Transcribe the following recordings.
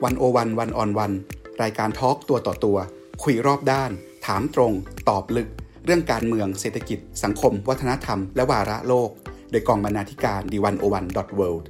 101 วันออนวันรายการทอล์กตัวต่อตัวคุยรอบด้านถามตรงตอบลึกเรื่องการเมืองเศรษฐกิจสังคมวัฒนธรรมและวาระโลกโดยกองบรรณาธิการ the101.world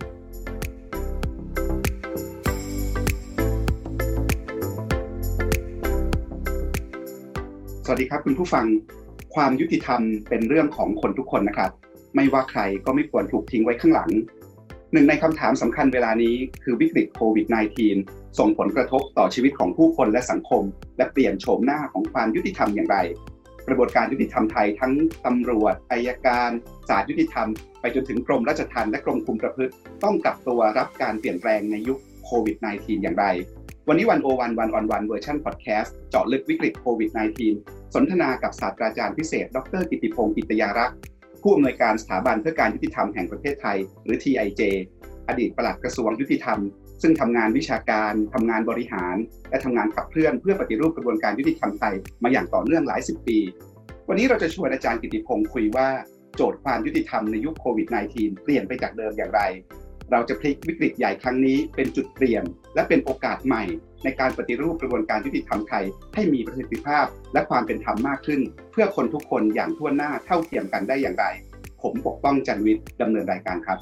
สวัสดีครับคุณผู้ฟังความยุติธรรมเป็นเรื่องของคนทุกคนนะครับไม่ว่าใครก็ไม่ควรถูกทิ้งไว้ข้างหลังหนึ่งในคำถามสำคัญเวลานี้คือวิกฤตโควิด -19 ส่งผลกระทบต่อชีวิตของผู้คนและสังคมและเปลี่ยนโฉมหน้าของความยุติธรรมอย่างไรกระบวนการยุติธรรมไทยทั้งตำรวจอัยการศาลยุติธรรมไปจนถึงกรมราชทัณฑ์และกรมคุมประพฤติต้องปรับตัวรับการเปลี่ยนแปลงในยุคโควิด -19 อย่างไรวันนี้101 วันออนวันเวอร์ชันพอดแคสต์เจาะลึกวิกฤตโควิด -19 สนทนากับศาสตราจารย์พิเศษดร.กิติพงศ์กิตยารักษ์ผู้อำนวยการสถาบันเพื่อการยุติธรรมแห่งประเทศไทยหรือ TIJ อดีตปลัดกระทรวงยุติธรรมซึ่งทำงานวิชาการทำงานบริหารและทำงานขับเคลื่อนเพื่อปฏิรูปกระบวนการยุติธรรมไทยมาอย่างต่อเนื่องหลายสิบปีวันนี้เราจะชวนอาจารย์กิติพงศ์คุยว่าโจทย์ความยุติธรรมในยุคโควิด -19 เปลี่ยนไปจากเดิมอย่างไรเราจะพลิกวิกฤตใหญ่ครั้งนี้เป็นจุดเปลี่ยนและเป็นโอกาสใหม่ในการปฏิรูปกระบวนการยุติธรรมไทยให้มีประสิทธิภาพและความเป็นธรรมมากขึ้นเพื่อคนทุกคนอย่างทั่วหน้าเท่าเทียมกันได้อย่างไรผมปกป้องจันทร์วิทย์ดำเนินรายการครับ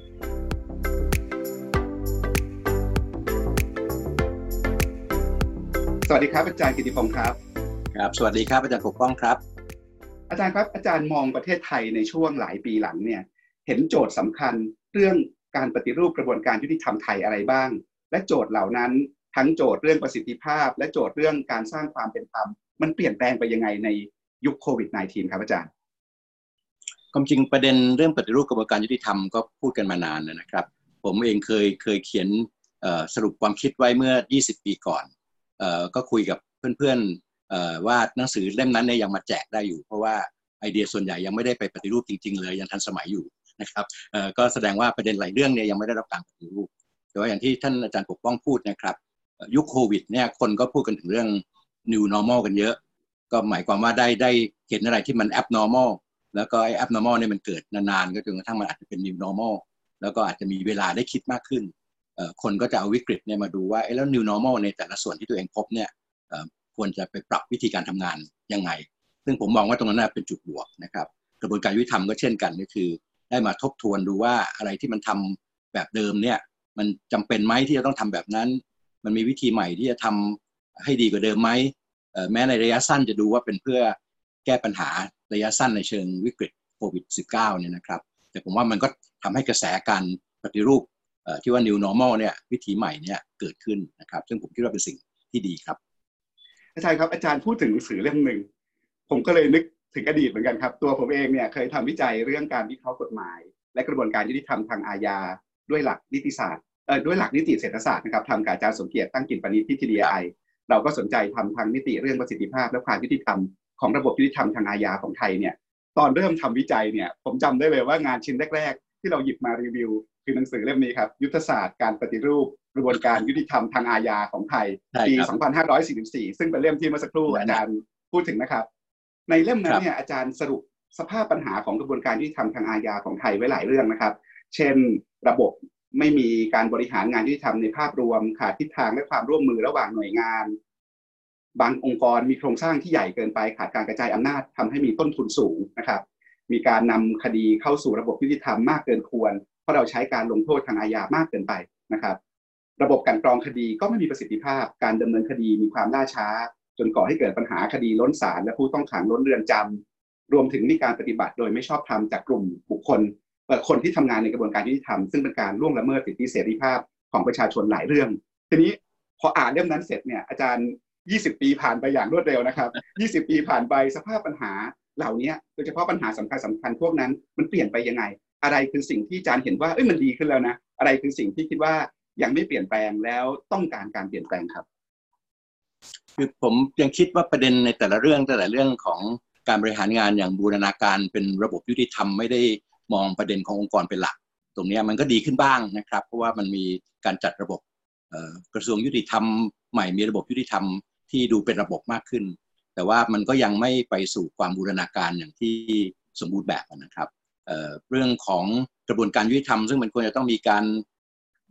สวัสดีครับอาจารย์กิติพงศ์ครับครับสวัสดีครับอาจารย์ปกป้องครับอาจารย์ครับอาจารย์มองประเทศไทยในช่วงหลายปีหลังเนี่ยเห็นโจทย์สำคัญเรื่องการปฏิรูปกระบวนการยุติธรรมไทยอะไรบ้างและโจทย์เหล่านั้นทั้งโจทย์เรื่องประสิทธิภาพและโจทย์เรื่องการสร้างความเป็นธรรมมันเปลี่ยนแปลงไปยังไงในยุคโควิด -19 ครับอาจารย์ความจริงประเด็นเรื่องปฏิรูปกระบวนการยุติธรรมก็พูดกันมานานแล้วนะครับผมเองเคยเขียนสรุปความคิดไว้เมื่อ20ปีก่อนก็คุยกับเพื่อนๆว่าหนังสือเล่มนั้นเนี่ยยังมาแจกได้อยู่เพราะว่าไอเดียส่วนใหญ่ยังไม่ได้ไปปฏิรูปจริงๆเลยยังทันสมัยอยู่นะครับก็แสดงว่าประเด็นหลายเรื่องเนี่ยยังไม่ได้รับการปฏิรูปแต่ว่าอย่างที่ท่านอาจารย์ปกป้องพูดนะครับยุคโควิดเนี่ยคนก็พูดกันถึงเรื่อง new normal กันเยอะก็หมายความว่าได้เห็นอะไรที่มัน abnormal แล้วก็ไอ้ abnormal เนี่ยมันเกิดนานๆก็จนกระทั่งมันอาจจะเป็น new normal แล้วก็อาจจะมีเวลาได้คิดมากขึ้นคนก็จะเอาวิกฤตเนี่ยมาดูว่าแล้ว new normal ในแต่ละส่วนที่ตัวเองพบเนี่ยควรจะไปปรับวิธีการทำงานยังไงซึ่งผมมองว่าตรงนั้นเป็นจุดบวกนะครับกระบวนการยุติธรรมก็เช่นกันก็คือได้มาทบทวนดูว่าอะไรที่มันทำแบบเดิมเนี่ยมันจำเป็นไหมที่จะต้องทำแบบนั้นมันมีวิธีใหม่ที่จะทำให้ดีกว่าเดิมไหมแม้ในระยะสั้นจะดูว่าเป็นเพื่อแก้ปัญหาระยะสั้นในเชิงวิกฤตโควิด -19 เนี่ยนะครับแต่ผมว่ามันก็ทำให้กระแสการปฏิรูปที่ว่า new normal เนี่ยวิธีใหม่เนี่ยเกิดขึ้นนะครับซึ่งผมคิดว่าเป็นสิ่งที่ดีครับอาจารย์ครับอาจารย์พูดถึงหนังสือเล่มหนึ่งผมก็เลยนึกถึงอดีตเหมือนกันครับตัวผมเองเนี่ยเคยทำวิจัยเรื่องการวิเคราะห์กฎหมายและกระบวนการยุติธรรมทางอาญาด้วยหลักนิติศาสตร์ด้วยหลักนิติเศรษฐศาสตร์นะครับทำกับอาจารย์สมเกียรติตั้งกิจปณิธที่ TDI เราก็สนใจทำทางนิติเรื่องประสิทธิภาพและความยุติธรรมของระบบยุติธรรมทางอาญาของไทยเนี่ยตอนเริ่มทำวิจัยเนี่ยผมจำได้เลยว่างานชิ้นแรกๆที่เราหยิบมารีวิวคือหนังสือเล่มนี้ครับยุทธศาสตร์การปฏิรูปกระบวนการยุติธรรมทางอาญาของไทยปี2544ซึ่งเป็นเล่มที่เมื่อสักครู่อาจารย์พูดถึงนะครับในเล่มนั้นเนี่ยอาจารย์สรุปสภาพปัญหาของกระบวนการยุติธรรมทางอาญาของไทยไว้หลายเรื่องนะครับเช่นระบบไม่มีการบริหารงานยุติธรรมในภาพรวมขาดทิศทางและความร่วมมือระหว่างหน่วยงานบางองค์กรมีโครงสร้างที่ใหญ่เกินไปขาดการกระจายอำนาจทำให้มีต้นทุนสูงนะครับมีการนำคดีเข้าสู่ระบบยุติธรรมมากเกินควรเพราะเราใช้การลงโทษทางอาญามากเกินไปนะครับระบบการกรองคดีก็ไม่มีประสิทธิภาพการดำเนินคดีมีความล่าช้าจนก่อให้เกิดปัญหาคดีล้นศาลและผู้ต้องขังล้นเรือนจำรวมถึงมีการปฏิบัติโดยไม่ชอบธรรมจากกลุ่มบุคคลคนที่ทำงานในกระบวนการยุติธรรมซึ่งเป็นการล่วงละเมิดสิทธิเสรีภาพของประชาชนหลายเรื่องทีนี้พออ่านเล่มนั้นเสร็จเนี่ยอาจารย์20ปีผ่านไปอย่างรวดเร็วนะครับ20ปีผ่านไปสภาพปัญหาเหล่านี้โดยเฉพาะปัญหาสำคัญพวกนั้นมันเปลี่ยนไปยังไงอะไรคือสิ่งที่อาจารย์เห็นว่ามันดีขึ้นแล้วนะอะไรคือสิ่งที่คิดว่ายังไม่เปลี่ยนแปลงแล้วต้องการการเปลี่ยนแปลงครับคือผมยังคิดว่าประเด็นในแต่ละเรื่องของการบริหารงานอย่างบูรณาการเป็นระบบยุติธรรมไม่ได้มองประเด็นขององค์กรเป็นหลักตรงนี้มันก็ดีขึ้นบ้างนะครับเพราะว่ามันมีการจัดระบบกระทรวงยุติธรรมใหม่มีระบบยุติธรรมที่ดูเป็นระบบมากขึ้นแต่ว่ามันก็ยังไม่ไปสู่ความบูรณาการอย่างที่สมบูรณ์แบบนะครับเรื่องของกระบวนการยุติธรรมซึ่งมันควรจะต้องมีการ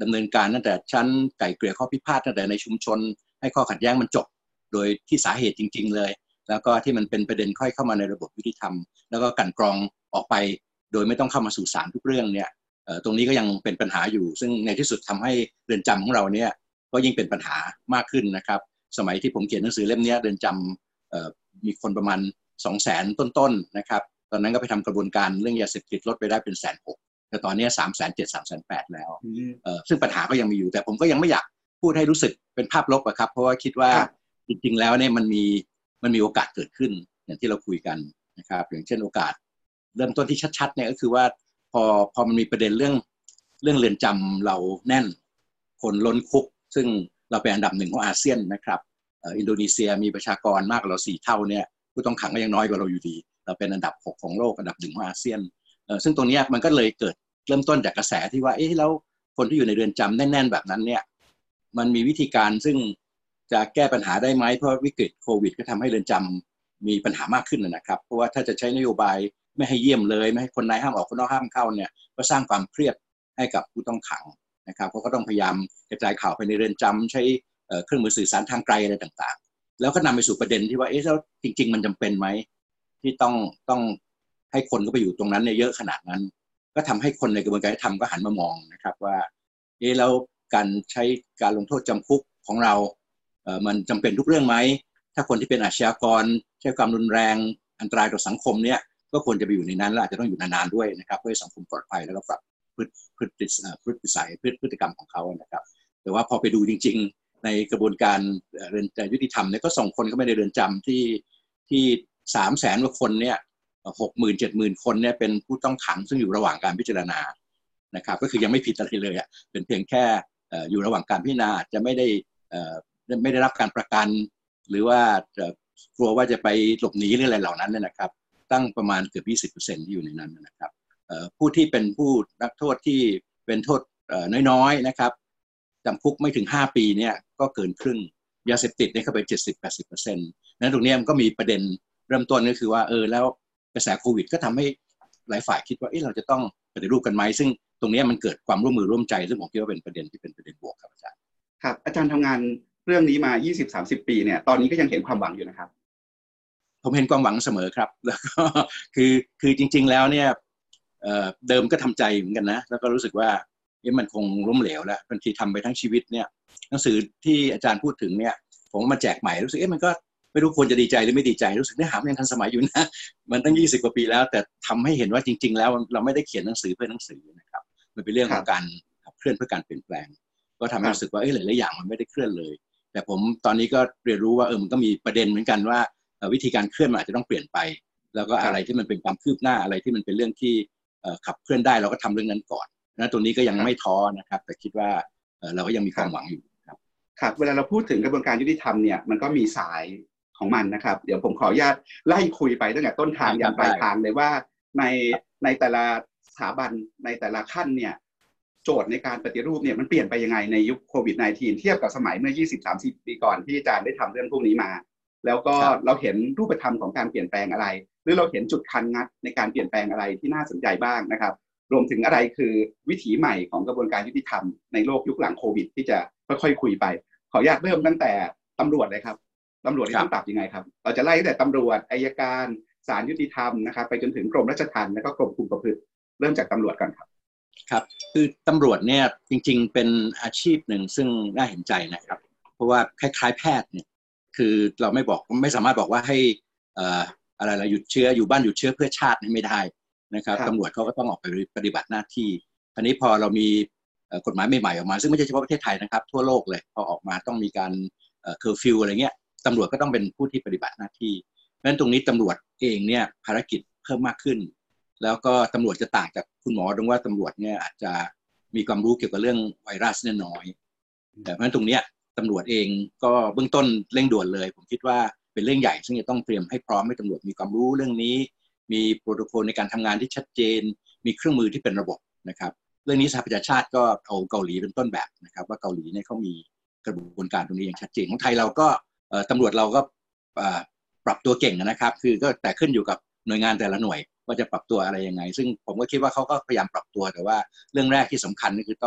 ดำเนินการตั้งแต่ชั้นไกล่เกลี่ยข้อพิพาทตั้งแต่ในชุมชนให้ข้อขัดแย้งมันจบโดยที่สาเหตุจริงๆเลยแล้วก็ที่มันเป็นประเด็นค่อยเข้ามาในระบบยุติธรรมแล้วก็กลั่นกรองออกไปโดยไม่ต้องเข้ามาสู่ศาลทุกเรื่องเนี่ยตรงนี้ก็ยังเป็นปัญหาอยู่ซึ่งในที่สุดทำให้เรือนจำของเราเนี่ยก็ยิ่งเป็นปัญหามากขึ้นนะครับสมัยที่ผมเขียนหนังสือเล่มนี้เรือนจำมีคนประมาณ200,000ต้นๆนะครับตอนนั้นก็ไปทำกระบวนการเรื่องยาเสพติดลดไปได้เป็น160,000แต่ตอนนี้370,000 380,000แล้วซึ่งปัญหาก็ยังมีอยู่แต่ผมก็ยังไม่อยากพูดให้รู้สึกเป็นภาพลบอะครับเพราะว่าคิดว่าจริงๆแล้วเนี่ยมันมีโอกาสเกิดขึ้นอย่างที่เราคุยกันนะครับอย่างเช่นโอกาสเริ่มต้นที่ชัดๆเนี่ยก็คือว่าพอมันมีประเด็นเรื่องเรือนจำเราแน่นคนล้นคุกซึ่งเราเป็นอันดับ1ของอาเซียนนะครับอินโดนีเซียมีประชากรมากกว่าเรา4 เท่าเนี่ยผู้ต้องขังก็ยังน้อยกว่าเราอยู่ดีเราเป็นอันดับ6ของโลกอันดับ1ของอาเซียนซึ่งตรงนี้มันก็เลยเกิดเริ่มต้นจากกระแสที่ว่าแล้วคนที่อยู่ในเรือนจำแน่นๆแบบนั้นเนี่ยมันมีวิธีการซึ่งจะแก้ปัญหาได้ไหมเพราะวิกฤตโควิดก็ทำให้เรือนจำมีปัญหามากขึ้นนะครับเพราะว่าถ้าจะใช้นโยบายไม่ให้เยี่ยมเลยไม่ให้คนในห้ามออกคนนอกห้ามเข้าเนี่ยก็สร้างความเครียดให้กับผู้ต้องขังนะครับเขาก็ต้องพยายามกระจายข่าวไปในเรือนจำใช้เครื่องมือสื่อสารทางไกลอะไรต่างๆแล้วก็นำไปสู่ประเด็นที่ว่าแล้วจริงๆมันจำเป็นไหมที่ต้องให้คนก็ไปอยู่ตรงนั้นเนี่ยเยอะขนาดนั้นก็ทำให้คนในกระบวนการยุติธรรมก็หันมามองนะครับว่าแล้วการใช้การลงโทษจำคุกของเรามันจำเป็นทุกเรื่องไหมถ้าคนที่เป็นอาชญากรใช้ความรุนแรงอันตรายต่อสังคมเนี่ยก็ควรจะไปอยู่ในนั้นและอาจจะต้องอยู่นานๆด้วยนะครับเพื่อให้สังคมปลอดภัยแล้วก็ปรับพฤติกรรมของเขานะครับแต่ว่าพอไปดูจริงๆในกระบวนการเรือนยุติธรรมเนี่ยก็ส่งคนเข้าไปในเรือนจำที่300,000 กว่าคนเนี่ย60,000-70,000 คนเนี่ยเป็นผู้ต้องขังซึ่งอยู่ระหว่างการพิจารณานะครับก็คือยังไม่ผิดอะไรเลยอ่ะเป็นเพียงแค่อยู่ระหว่างการพิจารณาจะไม่ได้รับการประกันหรือว่ากลัวว่าจะไปหลบหนีหรืออะไรเหล่านั้นเนี่ยนะครับตั้งประมาณเกือบ 20% ที่อยู่ในนั้นนะครับผู้ที่เป็นผู้นักโทษที่เป็นโทษน้อยๆนะครับจำคุกไม่ถึง5 ปีเนี่ยก็เกินครึ่งยาเสพติดเนี่ยเข้าไป 70-80% นั้นตรงนี้มันก็มีประเด็นเริ่มต้นก็คือว่าแล้วกระแสโควิดก็ทำให้หลายฝ่ายคิดว่าเราจะต้องปฏิรูปกันไหมซึ่งตรงนี้มันเกิดความร่วมมือร่วมใจซึ่งผมคิดว่าเป็นประเด็นที่เป็นประเด็นบวกครับอาจารย์ครับอาจารย์ทำงานเรื่องนี้มา 20-30 ปีเนี่ยตอนนี้ก็ยังเห็นความหวังอยู่นะครับผมเห็นความหวังเสมอครับแล้วก็คือจริงๆแล้วเนี่ยเดิมก็ทำใจเหมือนกันนะแล้วก็รู้สึกว่ามันคงล้มเหลวแล้วบางทีทำไปทั้งชีวิตเนี่ยหนังสือที่อาจารย์พูดถึงเนี่ยผมมาแจกใหม่รู้สึกมันก็ไม่รู้ควรจะดีใจหรือไม่ดีใจรู้สึกเนื้อหามันยังทันสมัยอยู่นะมันตั้ง20 กว่าปีแล้วแต่ทำให้เห็นว่าจริงๆแล้วเราไม่ได้เขียนหนังสือเพื่อหนังสือนะครับมันเป็นเรื่องของการขับเคลื่อนเพื่อการเปลี่ยนแปลงก็ทำให้รู้สึกว่าหลายๆอย่างมันไม่ได้เคลื่อนเลยแต่ผมตอนนี้ก็เรียนรู้ว่ามันก็มีประเด็นเหมือนกันว่าวิธีการเคลื่อนมันอาจจะต้องเปลี่ยนไปแล้วก็อะไรที่มันเป็นความคืบหน้าอะไรที่มันเป็นเรื่องที่ขับเคลื่อนได้เราก็ทำเรื่องนั้นก่อนนะตัวนี้ก็ยังไม่ท้อนะครับแต่คิดว่าเราก็ยังมีความหวังอยู่ครับครับเวลาเราพูดถึงกระบวนการยุติธรรมเนี่ยมันก็มีสายของมันนะครับเดี๋ยวผมขออนุญาตไล่คุยไปตั้งแต่ต้นทางยันปลายทางเลยว่าในแต่ละสถาบันในแต่ละขั้นเนี่ยโจทย์ในการปฏิรูปเนี่ยมันเปลี่ยนไปยังไงในยุคโควิด -19 เทียบกับสมัยเมื่อ 20-30 ปีก่อนที่อาจารย์ได้ทำเรื่องพวกนี้มาแล้วก็เราเห็นรูปธรรมของการเปลี่ยนแปลงอะไรหรือเราเห็นจุดคันงัดในการเปลี่ยนแปลงอะไรที่น่าสนใจบ้างนะครับรวมถึงอะไรคือวิถีใหม่ของกระบวนการยุติธรรมในโลกยุคหลังโควิดที่จะค่อยๆคุยไปขออนุญาตเริ่มตั้งแต่ตำรวจเลยครับตำรวจนี่ต้องปรับยังไงครับเราจะไล่ตั้งแต่ตำรวจอัยการศาลยุติธรรมนะครับไปจนถึงกรมราชทัณฑ์และก็กรมคุมประพฤติเริ่มจากตำรวจก่อนครับครับคือตำรวจเนี่ยจริงๆเป็นอาชีพหนึ่งซึ่งน่าเห็นใจนะครับเพราะว่าคล้ายๆแพทย์เนี่ยคือเราไม่สามารถบอกว่าให้อะไรเราหยุดเชื้ออยู่บ้านหยุดเชื้อเพื่อชาติไม่ได้นะครับตำรวจเขาก็ต้องออกไปปฏิบัติหน้าที่ทีนี้พอเรามีกฎหมายใหม่ๆออกมาซึ่งไม่ใช่เฉพาะประเทศไทยนะครับทั่วโลกเลยพอออกมาต้องมีการเคอร์ฟิวอะไรเงี้ยตำรวจก็ต้องเป็นผู้ที่ปฏิบัติหน้าที่เพราะฉะนั้นตรงนี้ตำรวจเองเนี่ยภารกิจเพิ่มมากขึ้นแล้วก็ตำรวจจะต่างจากคุณหมอตรงว่าตำรวจเนี่ยอาจจะมีความรู้เกี่ยวกับเรื่องไวรัสน้อยแต่เพราะฉะนั้นตรงนี้ตำรวจเองก็เบื้องต้นเร่งด่วนเลยผมคิดว่าเป็นเรื่องใหญ่ซึ่งจะต้องเตรียมให้พร้อมให้ตำรวจมีความรู้เรื่องนี้มีโปรโตคอลในการทำงานที่ชัดเจนมีเครื่องมือที่เป็นระบบนะครับเรื่องนี้สหประชาชาติก็เอาเกาหลีเป็นต้นแบบนะครับว่าเกาหลีเนี่ยเขามีกระบวนการตรงนี้อย่างชัดเจนของไทยเราก็ตำรวจเราก็ปรับตัวเก่งนะครับคือก็แต่ขึ้นอยู่กับหน่วยงานแต่ละหน่วยว่าจะปรับตัวอะไรยังไงซึ่งผมก็คิดว่าเขาก็พยายามปรับตัวแต่ว่าเรื่องแรกที่สำคัญก็คือต้อง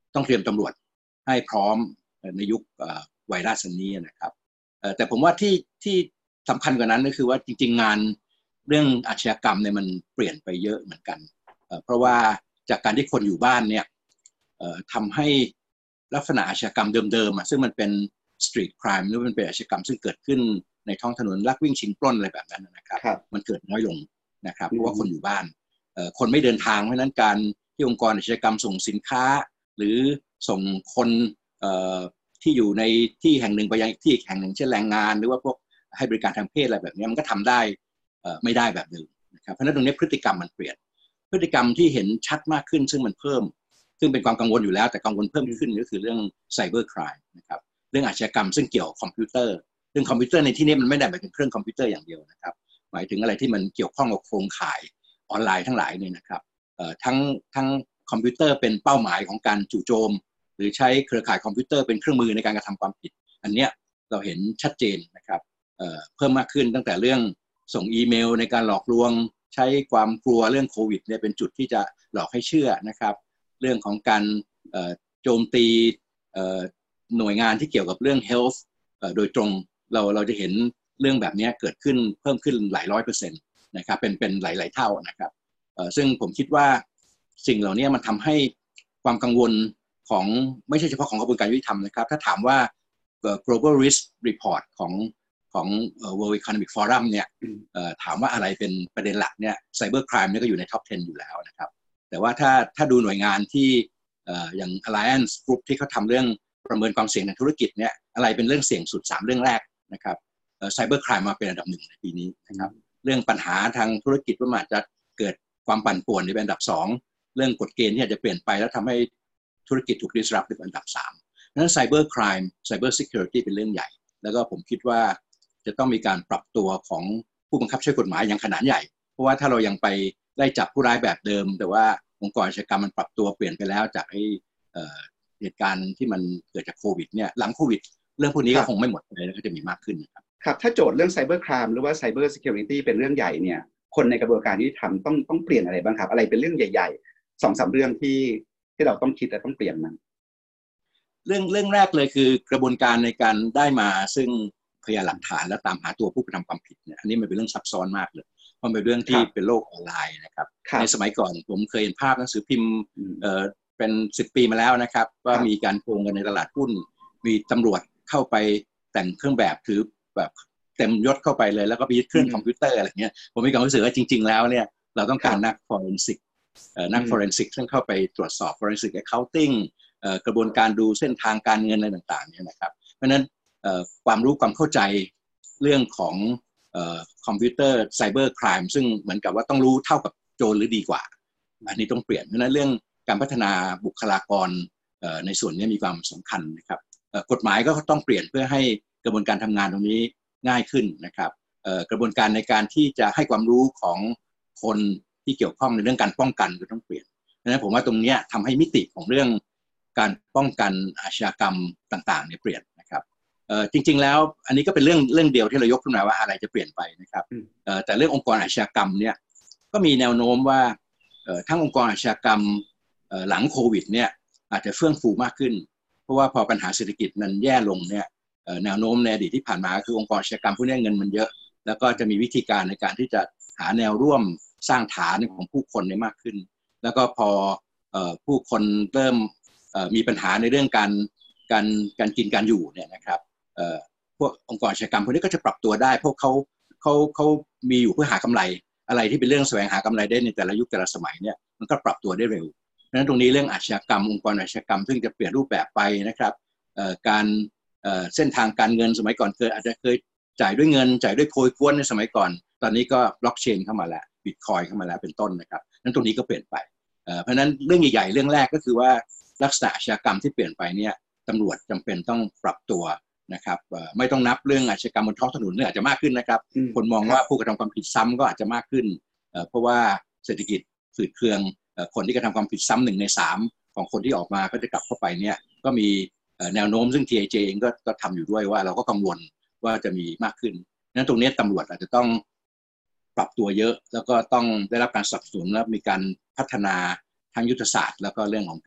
ต้องเตรียมตำรวจให้พร้อมในยุคไวรัสนี้นะครับแต่ผมว่าที่สำคัญกว่านั้นก็คือว่าจริงๆงานเรื่องอาชญากรรมเนี่ยมันเปลี่ยนไปเยอะเหมือนกันเพราะว่าจากการที่คนอยู่บ้านเนี่ยทำให้ลักษณะอาชญากรรมเดิมๆซึ่งมันเป็นสตรีทครามหรือมันเป็นอาชญากรรมซึ่งเกิดขึ้นในท้องถนนลักวิ่งชิงปล้นอะไรแบบนั้นนะครับมันเกิดน้อยลงนะครับเพราะว่าคนอยู่บ้านคนไม่เดินทางเพราะนั้นการที่องค์กรอาชญากรรมส่งสินค้าหรือส่งคนที่อยู่ในที่แห่งหนึ่งไปยังที่อีกแห่งหนึ่งเช่นแรงงานหรือว่าพวกให้บริการทางเพศอะไรแบบนี้มันก็ทำได้ไม่ได้แบบเดิมนะครับเพราะฉะนั้นตรงนี้พฤติกรรมมันเปลี่ยนพฤติกรรมที่เห็นชัดมากขึ้นซึ่งมันเพิ่มซึ่งเป็นความกังวลอยู่แล้วแต่กังวลเพิ่มขึ้นก็คือเรื่องไซเบอร์ไครม์นะครับเรื่องอาชญากรรมซึ่งเกี่ยวกับคอมพิวเตอร์ซึ่งคอมพิวเตอร์ในที่นี้มันไม่ได้หมายถึงเครื่องคอมพิวเตอร์อย่างเดียวนะครับหมายถึงอะไรที่มันเกี่ยวข้องกับโครงข่ายออนไลน์ทั้งหลายเนี่ยนะครับทั้งคอมพิวเตอร์เป็นเป้าหมายของการจู่โจมหรือใช้เครือข่ายคอมพิวเตอร์เป็นเครื่องมือในการกระทำความผิดอันเนี้ยเราเห็นชัดเจนนะครับเพิ่มมากขึ้นตั้งแต่เรื่องส่งอีเมลในการหลอกลวงใช้ความกลัวเรื่องโควิดเนี่ยเป็นจุดที่จะหลอกให้เชื่อนะครับเรื่องของการโจมตีหน่วยงานที่เกี่ยวกับเรื่อง health โดยตรงเราจะเห็นเรื่องแบบนี้เกิดขึ้นเพิ่มขึ้นหลาย100%นะครับเป็นหลายๆเท่านะครับซึ่งผมคิดว่าสิ่งเหล่านี้มันทำให้ความกังวลของไม่ใช่เฉพาะของกระบวนการยุติธรรมนะครับถ้าถามว่า global risk report ของ World Economic Forum เนี่ยถามว่าอะไรเป็นประเด็นหลักเนี่ย cyber crime เนี่ยก็อยู่ใน top 10 อยู่แล้วนะครับแต่ว่าถ้าดูหน่วยงานที่อย่าง Alliance Group ที่เขาทำเรื่องประเมินความเสี่ยงในธุรกิจเนี่ยอะไรเป็นเรื่องเสี่ยงสุด3เรื่องแรกนะครับcyber crime มาเป็นอันดับ1ในปีนี้นะครับเรื่องปัญหาทางธุรกิจว่ามันจะเกิดความปั่นป่วนในเป็นอันดับ2เรื่องกฎเกณฑ์ที่อาจจะเปลี่ยนไปแล้วทำให้ธุรกิจถูก disrupt เป็นอันดับ3ดังนั้น cyber crime cyber security เป็นเรื่องใหญ่แล้วก็ผมคิดว่าจะต้องมีการปรับตัวของผู้บังคับใช้กฎหมายอย่างขนาดใหญ่เพราะว่าถ้าเรายังไปไล่จับผู้ร้ายแบบเดิมแต่ว่าองค์กรอาชญากรรมมันปรับตัวเปลี่ยนไปแล้วจากเหตุการณ์ที่มันเกิดจากโควิดเนี่ยหลังโควิดเรื่องพวกนี้ก็คงไม่หมดไปแล้วก็จะมีมากขึ้นนะครับครับถ้าโจทย์เรื่องไซเบอร์ครามหรือว่าไซเบอร์ซิเคียวริตี้เป็นเรื่องใหญ่เนี่ยคนในกระบวนการยุติธรรมต้องเปลี่ยนอะไรบ้างครับอะไรเป็นเรื่องใหญ่ๆ2-3เรื่องที่เราต้องคิดและต้องเปลี่ยนมันเรื่องแรกเลยคือกระบวนการในการได้มาซึ่งพยานหลักฐานและตามหาตัวผู้กระทำความผิดเนี่ยอันนี้มันเป็นเรื่องซับซ้อนมากเลยเพราะเป็นเรื่องที่เป็นโลกออนไลน์นะครับในสมัยก่อนผมเคยเห็นภาพหนังสือพิมพ์เป็น10 ปีมาแล้วนะครับว่ามีการโกงกันในตลาดหุ้นมีตำรวจเข้าไปแต่งเครื่องแบบถือแบบเต็มยศเข้าไปเลยแล้วก็ไปยึดเครื่องคอมพิวเตอร์อะไรเงี้ยผมมีความรู้สึกว่าจริงๆแล้วเนี่ยเราต้องการนัก forensic ซึ่งเข้าไปตรวจสอบ forensic accounting กระบวนการดูเส้นทางการเงินอะไรต่างๆเนี่ยนะครับเพราะฉะนั้นความรู้ความเข้าใจเรื่องของคอมพิวเตอร์ไซเบอร์ครามซึ่งเหมือนกับว่าต้องรู้เท่ากับโจรหรือดีกว่าอันนี้ต้องเปลี่ยนเพราะฉะนั้นเรื่องการพัฒนาบุคลากรในส่วนนี้มีความสำคัญนะครับกฎหมายก็ต้องเปลี่ยนเพื่อให้กระบวนการทำงานตรงนี้ง่ายขึ้นนะครับกระบวนการในการที่จะให้ความรู้ของคนที่เกี่ยวข้องในเรื่องการป้องกันก็ต้องเปลี่ยนเพราะฉะนั้นผมว่าตรงนี้ทำให้มิติของเรื่องการป้องกันอาชญากรรมต่างๆเนี่ยเปลี่ยนนะครับจริงๆแล้วอันนี้ก็เป็นเรื่องเดียวที่เรายกขึ้นมาว่าอะไรจะเปลี่ยนไปนะครับแต่เรื่ององค์กรอาชญากรรมเนี่ยก็มีแนวโน้มว่าทั้งองค์กรอาชญากรรมหลังโควิดเนี่ยอาจจะเฟื่องฟูมากขึ้นเพราะว่าพอปัญหาเศรษฐกิจมันแย่ลงเนี่ยแนวโน้มในอดีตที่ผ่านมาคือองค์กรอาชญากรรมพวกนี้เงินมันเยอะแล้วก็จะมีวิธีการในการที่จะหาแนวร่วมสร้างฐานของผู้คนได้มากขึ้นแล้วก็พอผู้คนเริ่มมีปัญหาในเรื่องการกินการอยู่เนี่ยนะครับพวกองค์กรอาชญากรรมพวกนี้ก็จะปรับตัวได้เพราะเขามีอยู่เพื่อหากำไรอะไรที่เป็นเรื่องแสวงหากำไรได้ในแต่ละยุคแต่ละสมัยเนี่ยมันก็ปรับตัวได้เร็วเพราะฉะนั้นตรงนี้เรื่องอาชญากรรมองค์กรอาชญากรรมซึ่งจะเปลี่ยนรูปแบบไปนะครับการเส้นทางการเงินสมัยก่อนอาจจะเคยจ่ายด้วยเงินจ่ายด้วยโพยกวนในสมัยก่อนตอนนี้ก็บล็อกเชนเข้ามาแล้วบิตคอยเข้ามาแล้วเป็นต้นนะครับนั้นตรงนี้ก็เปลี่ยนไปเพราะฉะนั้นเรื่องใหญ่ๆเรื่องแรกก็คือว่าลักษณะอาชญากรรมที่เปลี่ยนไปเนี่ยตำรวจจำเป็นต้องปรับตัวนะครับไม่ต้องนับเรื่องอาชญากรรมบนท้องถนนเนี่ยอาจจะมากขึ้นนะครับคนมองว่าผู้กระทำความผิดซ้ำก็อาจจะมากขึ้นเพราะว่าเศรษฐกิจฝืดเคืองคนที่กระทำความผิดซ้ำ1 ใน 3ของคนที่ออกมาก็จะกลับเข้าไปเนี่ยก็มีแนวโน้มซึ่ง TIJ เองก็ทำอยู่ด้วยว่าเราก็กังวลว่าจะมีมากขึ้นนั้นตรงนี้ตำรวจอาจจะต้องปรับตัวเยอะแล้วก็ต้องได้รับการสนับสนุนและมีการพัฒนาทั้งยุทธศาสตร์แล้วก็เรื่องของการ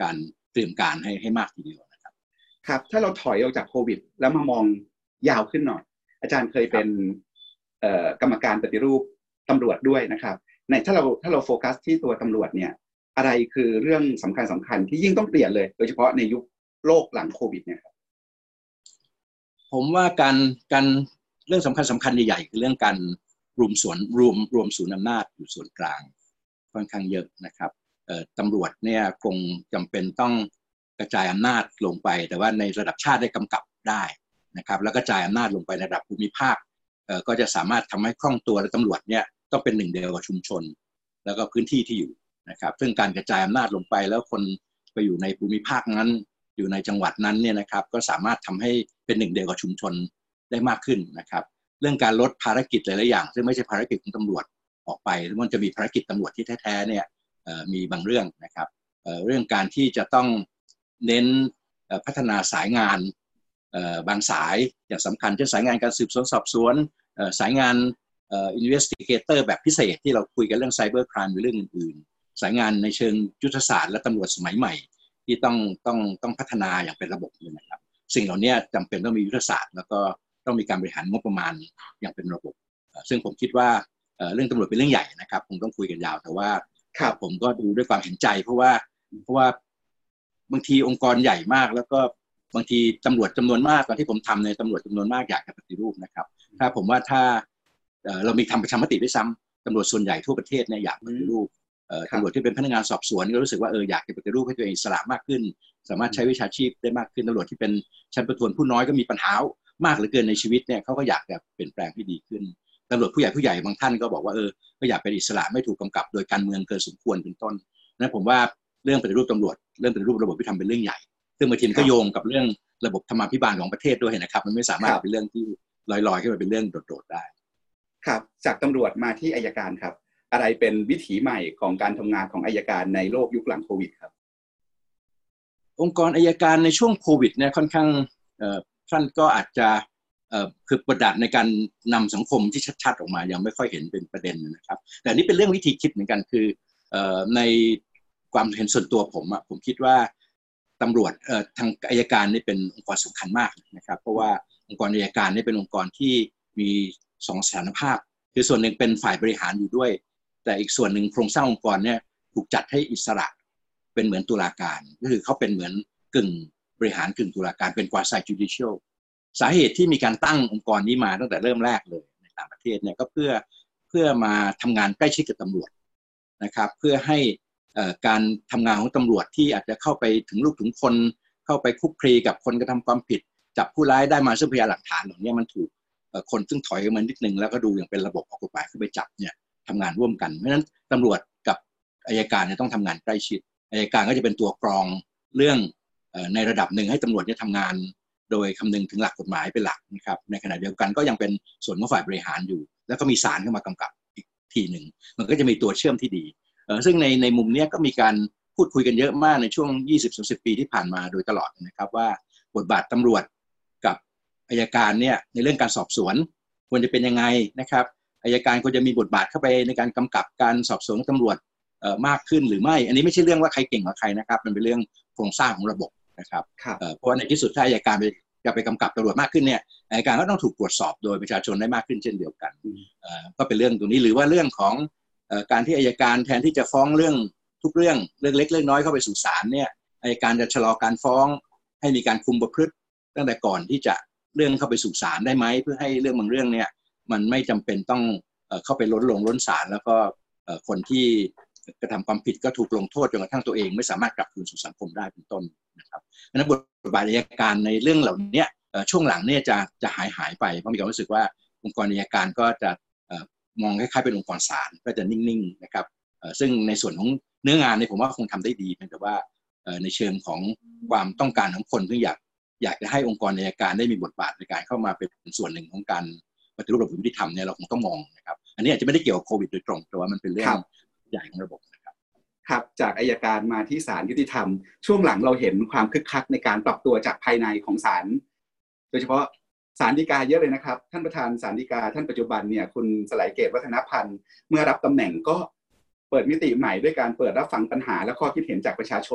เตรียมการให้มากทีเดียวนะครับครับถ้าเราถอยออกจากโควิดแล้วมามองยาวขึ้นหน่อยอาจารย์เคยเป็นกรรมการปฏิรูปตำรวจด้วยนะครับในถ้าเราโฟกัสที่ตัวตำรวจเนี่ยอะไรคือเรื่องสำคัญที่ยิ่งต้องเปลี่ยนเลยโดยเฉพาะในยุคโลกหลังโควิดเนี่ยครับผมว่าการเรื่องสำคัญใหญ่ๆคือเรื่องการรวมศูนย์อำนาจอยู่ส่วนกลางค่อนข้างเยอะนะครับตำรวจเนี่ยคงจำเป็นต้องกระจายอำนาจลงไปแต่ว่าในระดับชาติได้กำกับได้นะครับแล้วกระจายอำนาจลงไปในระดับภูมิภาคก็จะสามารถทำให้คล่องตัวและตำรวจเนี่ยต้องเป็นหนึ่งเดียวกับชุมชนแล้วก็พื้นที่ที่อยู่นะครับซึ่งการกระจายอำนาจลงไปแล้วคนไปอยู่ในภูมิภาคนั้นอยู่ในจังหวัดนั้นเนี่ยนะครับก็สามารถทำให้เป็นหนึ่งเดียวกับชุมชนได้มากขึ้นนะครับเรื่องการลดภารกิจหลายๆอย่างซึ่งไม่ใช่ภารกิจของตำรวจออกไปมันจะมีภารกิจตำรวจที่แท้ๆเนี่ยมีบางเรื่องนะครับเรื่องการที่จะต้องเน้นพัฒนาสายงานบางสายอย่างสำคัญเช่นสายงานการสืบสวนสอบสวนสายงานinvestigator แบบพิเศษที่เราคุยกันเรื่อง cyber crime หรือเรื่องอื่นๆสายงานในเชิงยุทธศาสตร์และตำรวจสมัยใหม่ที่ต้องพัฒนาอย่างเป็นระบบเลยนะครับสิ่งเหล่านี้จำเป็นต้องมียุทธศาสตร์แล้วก็ต้องมีการบริหารงบประมาณอย่างเป็นระบบซึ่งผมคิดว่าเรื่องตำรวจเป็นเรื่องใหญ่นะครับคงต้องคุยกันยาวแต่ว่าผมก็ดูด้วยความเห็นใจเพราะว่าบางทีองค์กรใหญ่มากแล้วก็บางทีตำรวจจำนวนมากตอนที่ผมทำในตำรวจจำนวนมากอยากจะปฏิรูปนะครับถ้าผมว่าถ้าเรามีทำประชามติด้วยซ้ำตำรวจส่วนใหญ่ทั่วประเทศเนี่ยอยากปฏิรูปตำรวจที่เป็นพนักงานสอบสวนก็รู้สึกว่าอยากจะปฏิรูปให้ตัวเองอิสระมากขึ้นสามารถใช้วิชาชีพได้มากขึ้นตำรวจที่เป็นชั้นประทวนผู้น้อยก็มีปัญหามากเหลือเกินในชีวิตเนี่ยเขาก็อยากจะเปลี่ยนแปลงให้ดีขึ้นตำรวจผู้ใหญ่บางท่านก็บอกว่าก็อยากเป็นอิสระไม่ถูกกำกับโดยการเมืองเกินสมควรเป็นต้นนั้นผมว่าเรื่องปฏิรูปตำรวจเรื่องปฏิรูประบบที่ทำเป็นเรื่องใหญ่ซึ่งบางทีก็โยงกับเรื่องระบบธรรมาภิบาลของประเทศด้วยนะครับมันไม่สามารถเป็นเรื่องที่ลอยๆขึ้นมาเป็นเรื่องโดดๆได้ครับจากตำรวจมาที่อัยการครับอะไรเป็นวิถีใหม่ของการทำงานของอัยการในโลกยุคหลังโควิดครับองค์กรอัยการในช่วงโควิดเนี่ยค่อนข้างท่านก็อาจจะคือบทบาทในการนำสังคมที่ชัดๆออกมายังไม่ค่อยเห็นเป็นประเด็นนะครับแต่นี่เป็นเรื่องวิธีคิดเหมือนกันคือในความเห็นส่วนตัวผมคิดว่าตำรวจทางอัยการนี่เป็นองค์กรสำคัญมากนะครับเพราะว่าองค์กรอัยการนี่เป็นองค์กรที่มีสองสถานภาพคือส่วนหนึ่งเป็นฝ่ายบริหารอยู่ด้วยแต่อีกส่วนหนึ่งโครงสร้างองค์กรเนี่ยถูกจัดให้อิสระเป็นเหมือนตุลาการก็คือเขาเป็นเหมือนกึ่งบริหารกึ่งตุลาการเป็น quasi judicial สาเหตุที่มีการตั้งองค์กรนี้มาตั้งแต่เริ่มแรกเลยในต่างประเทศเนี่ยก็เพื่อมาทำงานใกล้ชิดกับตำรวจนะครับเพื่อให้การทำงานของตำรวจที่อาจจะเข้าไปถึงลูกถึงคนเข้าไปคุกคลีกับคนกระทำความผิดจับผู้ร้ายได้มาซึ่งพยานหลักฐานเหล่านี้มันถูกคนซึ่งถอยมานิดนึงแล้วก็ดูอย่างเป็นระบบออกกฎหมายขึ้นไปจับเนี่ยทำงานร่วมกันเพราะฉะนั้นตำรวจกับอัยการเนี่ยต้องทำงานใกล้ชิดอัยการก็จะเป็นตัวกรองเรื่องในระดับหนึ่งให้ตำรวจเนี่ยทำงานโดยคำนึงถึงหลักกฎหมายเป็นหลักนะครับในขณะเดียวกันก็ยังเป็นส่วนของฝ่ายบริหารอยู่แล้วก็มีศาลเข้ามากำกับอีกทีหนึ่งมันก็จะมีตัวเชื่อมที่ดีซึ่งในมุมนี้ก็มีการพูดคุยกันเยอะมากในช่วง 20-30 ปีที่ผ่านมาโดยตลอดนะครับว่าบทบาทตำรวจกับอัยการเนี่ยในเรื่องการสอบสวนควรจะเป็นยังไงนะครับอัยการควรจะมีบทบาทเข้าไปในการกำกับการสอบสวนของตำรวจมากขึ้นหรือไม่อันนี้ไม่ใช่เรื่องว่าใครเก่งกว่าใครนะครับมันเป็นเรื่องโครงสร้างของระบบนะครับเพราะว่าในที่สุดถ้าอัยการจะไปกำกับตำรวจมากขึ้นเนี่ยอัยการก็ต้องถูกตรวจสอบโดยประชาชนได้มากขึ้นเช่นเดียวกันก็เป็นเรื่องตรงนี้หรือว่าเรื่องของการที่อัยการแทนที่จะฟ้องเรื่องทุกเรื่องเล็กเรื่องน้อยเข้าไปสู่ศาลเนี่ยอัยการจะชะลอการฟ้องให้มีการคุมประพฤติตั้งแต่ก่อนที่จะเรื่องเข้าไปสู่ศาลได้ไหมเพื่อให้เรื่องบางเรื่องเนี่ยมันไม่จำเป็นต้องเข้าไปล้นศาลแล้วก็คนที่กระทำความผิดก็ถูกลงโทษจนกระทั่งตัวเองไม่สามารถกลับคืนสู่สังคมได้เป็นต้นนะครับเพราะฉะนั้นบทบาทอัยการในเรื่องเหล่านี้ช่วงหลังเนี่ยจะหายไปเพราะมีความรู้สึกว่าองค์กรอัยการก็จะมองคล้ายๆเป็นองค์กรศาลก็จะนิ่งๆนะครับซึ่งในส่วนของเนื้องานเนี่ยผมว่าคงทำได้ดีแต่ว่าในเชิงของความต้องการของคนที่อยากจะให้องค์กรอัยการได้มีบทบาทในการเข้ามาเป็นส่วนหนึ่งของการปฏิรูประบบยุติธรรมเนี่ยเราคงต้องมองนะครับอันนี้อาจจะไม่ได้เกี่ยวกับโควิดโดยตรงแต่ว่ามันเป็นเรื่องใหญ่ของระบบนะครับครับจากอัยการมาที่ศาลยุติธรรมช่วงหลังเราเห็นความคึกคักในการปรับตัวจากภายในของศาลโดยเฉพาะศาลฎีกาเยอะเลยนะครับท่านประธานศาลฎีกาท่านปัจจุบันเนี่ยคุณสลายเกตวัฒนพันธ์เมื่อรับตำแหน่งก็เปิดมิติใหม่ด้วยการเปิดรับฟังปัญหาและข้อคิดเห็นจากประชาชน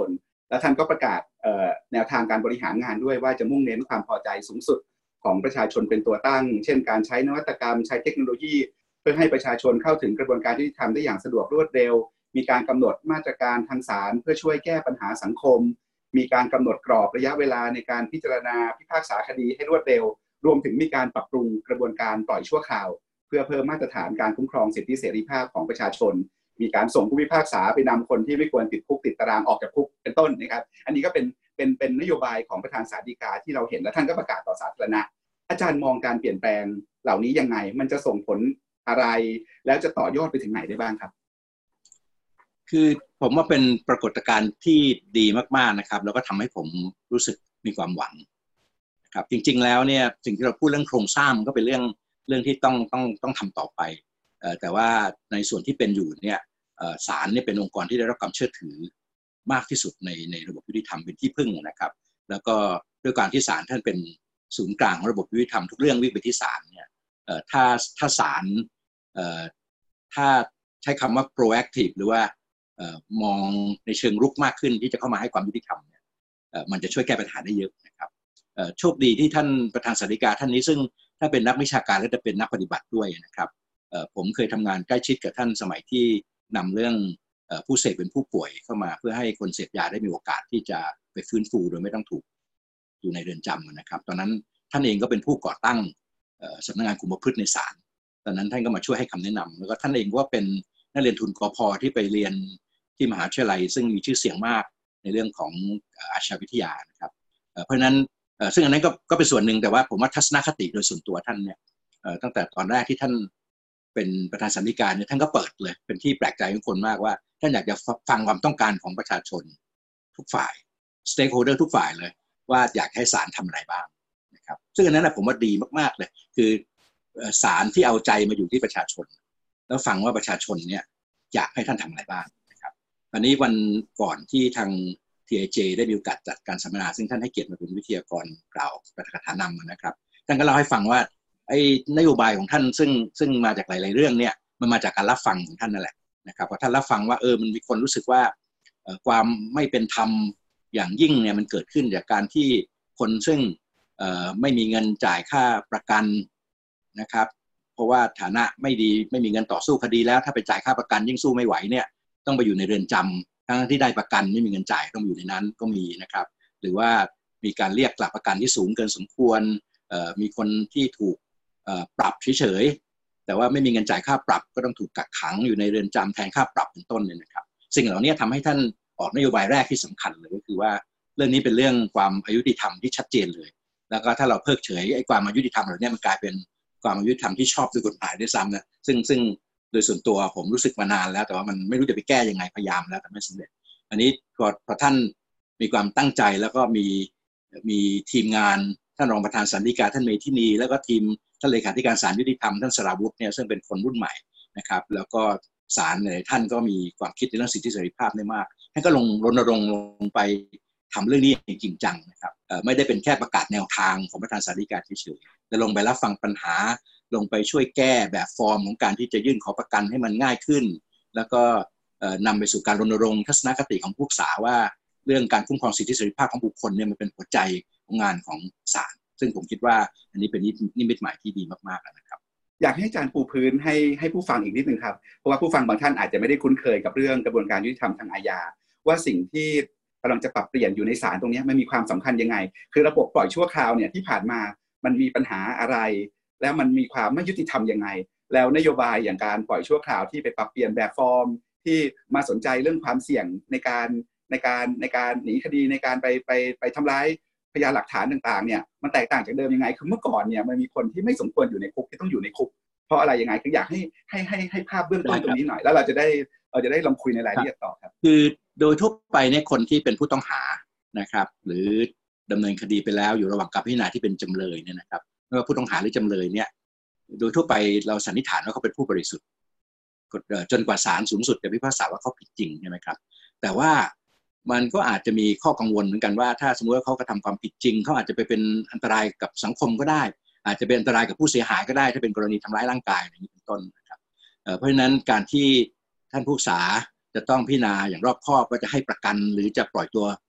แล้วท่านก็ประกาศแนวทางการบริหารงานด้วยว่าจะมุ่งเน้นความพอใจสูงสุดของประชาชนเป็นตัวตั้งเช่นการใช้นวัตกรรมใช้เทคโนโลยีเพื่อให้ประชาชนเข้าถึงกระบวนการยุติธรรมได้อย่างสะดวกรวดเร็วมีการกำหนดมาตรการทางศาลเพื่อช่วยแก้ปัญหาสังคมมีการกำหนดกรอบระยะเวลาในการพิจารณาพิพากษาคดีให้รวดเร็วรวมถึงมีการปรับปรุงกระบวนการปล่อยชั่วคราวเพื่อเพิ่มมาตรฐานการคุ้มครองสิทธิเสรีภาพของประชาชนมีการส่งผู้พิพากษาไปนำคนที่ไม่ควรติดคุกติดตารางออกจากคุกเป็นต้นนะครับอันนี้ก็เป็นนโยบายของประธานศาลฎีกาที่เราเห็นและท่านก็ประกาศต่อสาธารณะอาจารย์มองการเปลี่ยนแปลงเหล่านี้ยังไงมันจะส่งผลอะไรแล้วจะต่อยอดไปถึงไหนได้บ้างครับคือผมว่าเป็นปรากฏการณ์ที่ดีมากๆนะครับแล้วก็ทำให้ผมรู้สึกมีความหวังครับจริงๆแล้วเนี่ยสิ่งที่เราพูดเรื่องโครงสร้างมันก็เป็นเรื่องที่ต้องทำต่อไปแต่ว่าในส่วนที่เป็นอยู่เนี่ยศาลเนี่ยเป็นองค์กรที่ได้รับความเชื่อถือมากที่สุดในระบบยุติธรรมเป็นที่พึ่งนะครับแล้วก็ด้วยการที่ศาลท่านเป็นศูนย์กลางของระบบยุติธรรมทุกเรื่องวิ่งไปที่ศาลเนี่ยถ้าศาลถ้าใช้คำว่า proactive หรือว่ามองในเชิงรุกมากขึ้นที่จะเข้ามาให้ความยุติธรรมเนี่ยมันจะช่วยแก้ปัญหาได้เยอะนะครับโชคดีที่ท่านประธานศาลฎีกาท่านนี้ซึ่งถ้าเป็นนักวิชาการและจะเป็นนักปฏิบัติด้วยนะครับผมเคยทำงานใกล้ชิดกับท่านสมัยที่นำเรื่องผู้เสพเป็นผู้ป่วยเข้ามาเพื่อให้คนเสพยาได้มีโอกาสที่จะไปฟื้นฟูโดยไม่ต้องถูกอยู่ในเรือนจำนะครับตอนนั้นท่านเองก็เป็นผู้ก่อตั้งสำนักงานคุมประพฤติในศาลตอนนั้นท่านก็มาช่วยให้คำแนะนำแล้วก็ท่านเองก็เป็นนักเรียนทุนกพ.ที่ไปเรียนที่มหาวิทยาลัยซึ่งมีชื่อเสียงมากในเรื่องของอาชญาวิทยานะครับเพราะฉะนั้นซึ่งอันนั้นก็เป็นส่วนหนึ่งแต่ว่าผมว่าทัศนคติโดยส่วนตัวท่านเนี่ยตั้งแต่ตอนแรกที่ท่านเป็นประธานศาลฎีกาเนี่ยท่านก็เปิดเลยเป็นที่แปลกใจของคนมากว่าท่านอยากจะฟังความต้องการของประชาชนทุกฝ่าย stakeholder ทุกฝ่ายเลยว่าอยากให้ศาลทำอะไรบ้างนะครับซึ่งอันนั้นผมว่าดีมากๆเลยคือศาลที่เอาใจมาอยู่ที่ประชาชนแล้วฟังว่าประชาชนเนี่ยอยากให้ท่านทำอะไรบ้างนะครับอันนี้วันก่อนที่ทาง TIJ ได้มีโอกาสจัดการสัมมนาซึ่งท่านให้เกียรติมาเป็นวิทยากรกล่าวปาฐกถานำนะครับท่านก็เล่าให้ฟังว่าไอ้นโยบายของท่านซึ่งมาจากหลายๆเรื่องเนี่ยมันมาจากการรับฟังของท่านนั่นแหละนะครับเพราะท่านรับฟังว่ามันมีคนรู้สึกว่าความไม่เป็นธรรมอย่างยิ่งเนี่ยมันเกิดขึ้นจากการที่คนซึ่งไม่มีเงินจ่ายค่าประกันนะครับเพราะว่าฐานะไม่ดีไม่มีเงินต่อสู้คดีแล้วถ้าไปจ่ายค่าประกันยิ่งสู้ไม่ไหวเนี่ยต้องไปอยู่ในเรือนจำทั้งที่ได้ประกันไม่มีเงินจ่ายต้องอยู่ในนั้นก็มีนะครับหรือว่ามีการเรียกหลักประกันที่สูงเกินสมควรมีคนที่ถูกปรับเฉยๆแต่ว่าไม่มีเงินจ่ายค่าปรับก็ต้องถูกกักขังอยู่ในเรือนจำแทนค่าปรับเป็นต้นเนี่ยนะครับสิ่งเหล่านี้ทำให้ท่านออกนโยบายแรกที่สำคัญเลยก็คือว่าเรื่องนี้เป็นเรื่องความอายุติธรรมที่ชัดเจนเลยแล้วก็ถ้าเราเพิกเฉยไอ้ความอายุติธรรมเหล่านี้มันกลายเป็นความอายุติธรรมที่ชอบด้วยกฎหมายด้วยซ้ำนะซึ่งโดยส่วนตัวผมรู้สึกมานานแล้วแต่ว่ามันไม่รู้จะไปแก้ยังไงพยายามแล้วแต่ไม่สำเร็จอันนี้พอท่านมีความตั้งใจแล้วก็มีทีมงานท่านรองประธานศาลฎีกาท่านเมธินีแล้วก็ทีมท่านเลขาธิการศาลยุติธรรมท่านสราวุฒิเนี่ยซึ่งเป็นคนรุ่นใหม่นะครับแล้วก็ศาลหลายท่านก็มีความคิดในเรื่องสิทธิเสรีภาพได้มากท่านก็รณรงค์ลงไปทำเรื่องนี้จริงจังนะครับไม่ได้เป็นแค่ประกาศแนวทางของประธานศาลฎีกาเฉยๆแต่ลงไปรับฟังปัญหาลงไปช่วยแก้แบบฟอร์มของการที่จะยื่นขอประกันให้มันง่ายขึ้นแล้วก็นำไปสู่การรณรงค์ทัศนคติของผู้ศึกษาว่าเรื่องการคุ้มครองสิทธิเสรีภาพของบุคคลเนี่ยมันเป็นหัวใจของงานของศาลซึ่งผมคิดว่าอันนี้เป็นนิมิตหมายที่ดีมากๆนะครับอยากให้อาจารย์ปูพื้นให้ผู้ฟังอีกนิดนึงครับเพราะว่าผู้ฟังบางท่านอาจจะไม่ได้คุ้นเคยกับเรื่องกระบวนการยุติธรรมทางอาญาว่าสิ่งที่กำลังจะปรับเปลี่ยนอยู่ในศาลตรงนี้มันมีความสำคัญยังไงคือระบบปล่อยชั่วคราวเนี่ยที่ผ่านมามันมีปัญหาอะไรแล้วมันมีความไม่ยุติธรรมยังไงแล้วนโยบายอย่างการปล่อยชั่วคราวที่ไปปรับเปลี่ยนแบบฟอร์มที่มาสนใจเรื่องความเสี่ยงในการหนีคดีในการไปทำร้ายพยานหลักฐานต่างๆเนี่ยมันแตกต่างจากเดิมยังไงคือเมื่อก่อนเนี่ยมันมีคนที่ไม่สมควรอยู่ในคุกที่ต้องอยู่ในคุกเพราะอะไรยังไงคืออยากให้ภาพเบื้องต้นตรงนี้หน่อยแล้วเราจะได้ลองคุยในรายละเอียดต่อครับคือโดยทั่วไปเนี่ยคนที่เป็นผู้ต้องหานะครับหรือดำเนินคดีไปแล้วอยู่ระหว่างการพิจารณาที่เป็นจำเลยเนี่ยนะครับไม่ว่าผู้ต้องหาหรือจำเลยเนี่ยโดยทั่วไปเราสันนิษฐานว่าเขาเป็นผู้บริสุทธิ์จนกว่าศาลสูงสุดจะพิพากษาว่าเขาผิดจริงใช่ไหมครับแต่ว่ามันก็อาจจะมีข้อกังวลเหมือนกันว่าถ้าสมมติว่าเขากระทำความผิดจริงเขาอาจจะไปเป็นอันตรายกับสังคมก็ได้อาจจะเป็นอันตรายกับผู้เสียหายก็ได้ถ้าเป็นกรณีทำร้ายร่างกายอย่างนี้เป็นต้นนะครับเพราะฉะนั้นการที่ท่านผู้ศึกษาจะต้องพิจารณาอย่างรอบคอบว่าจะให้ประกันหรือจะปล่อยตัว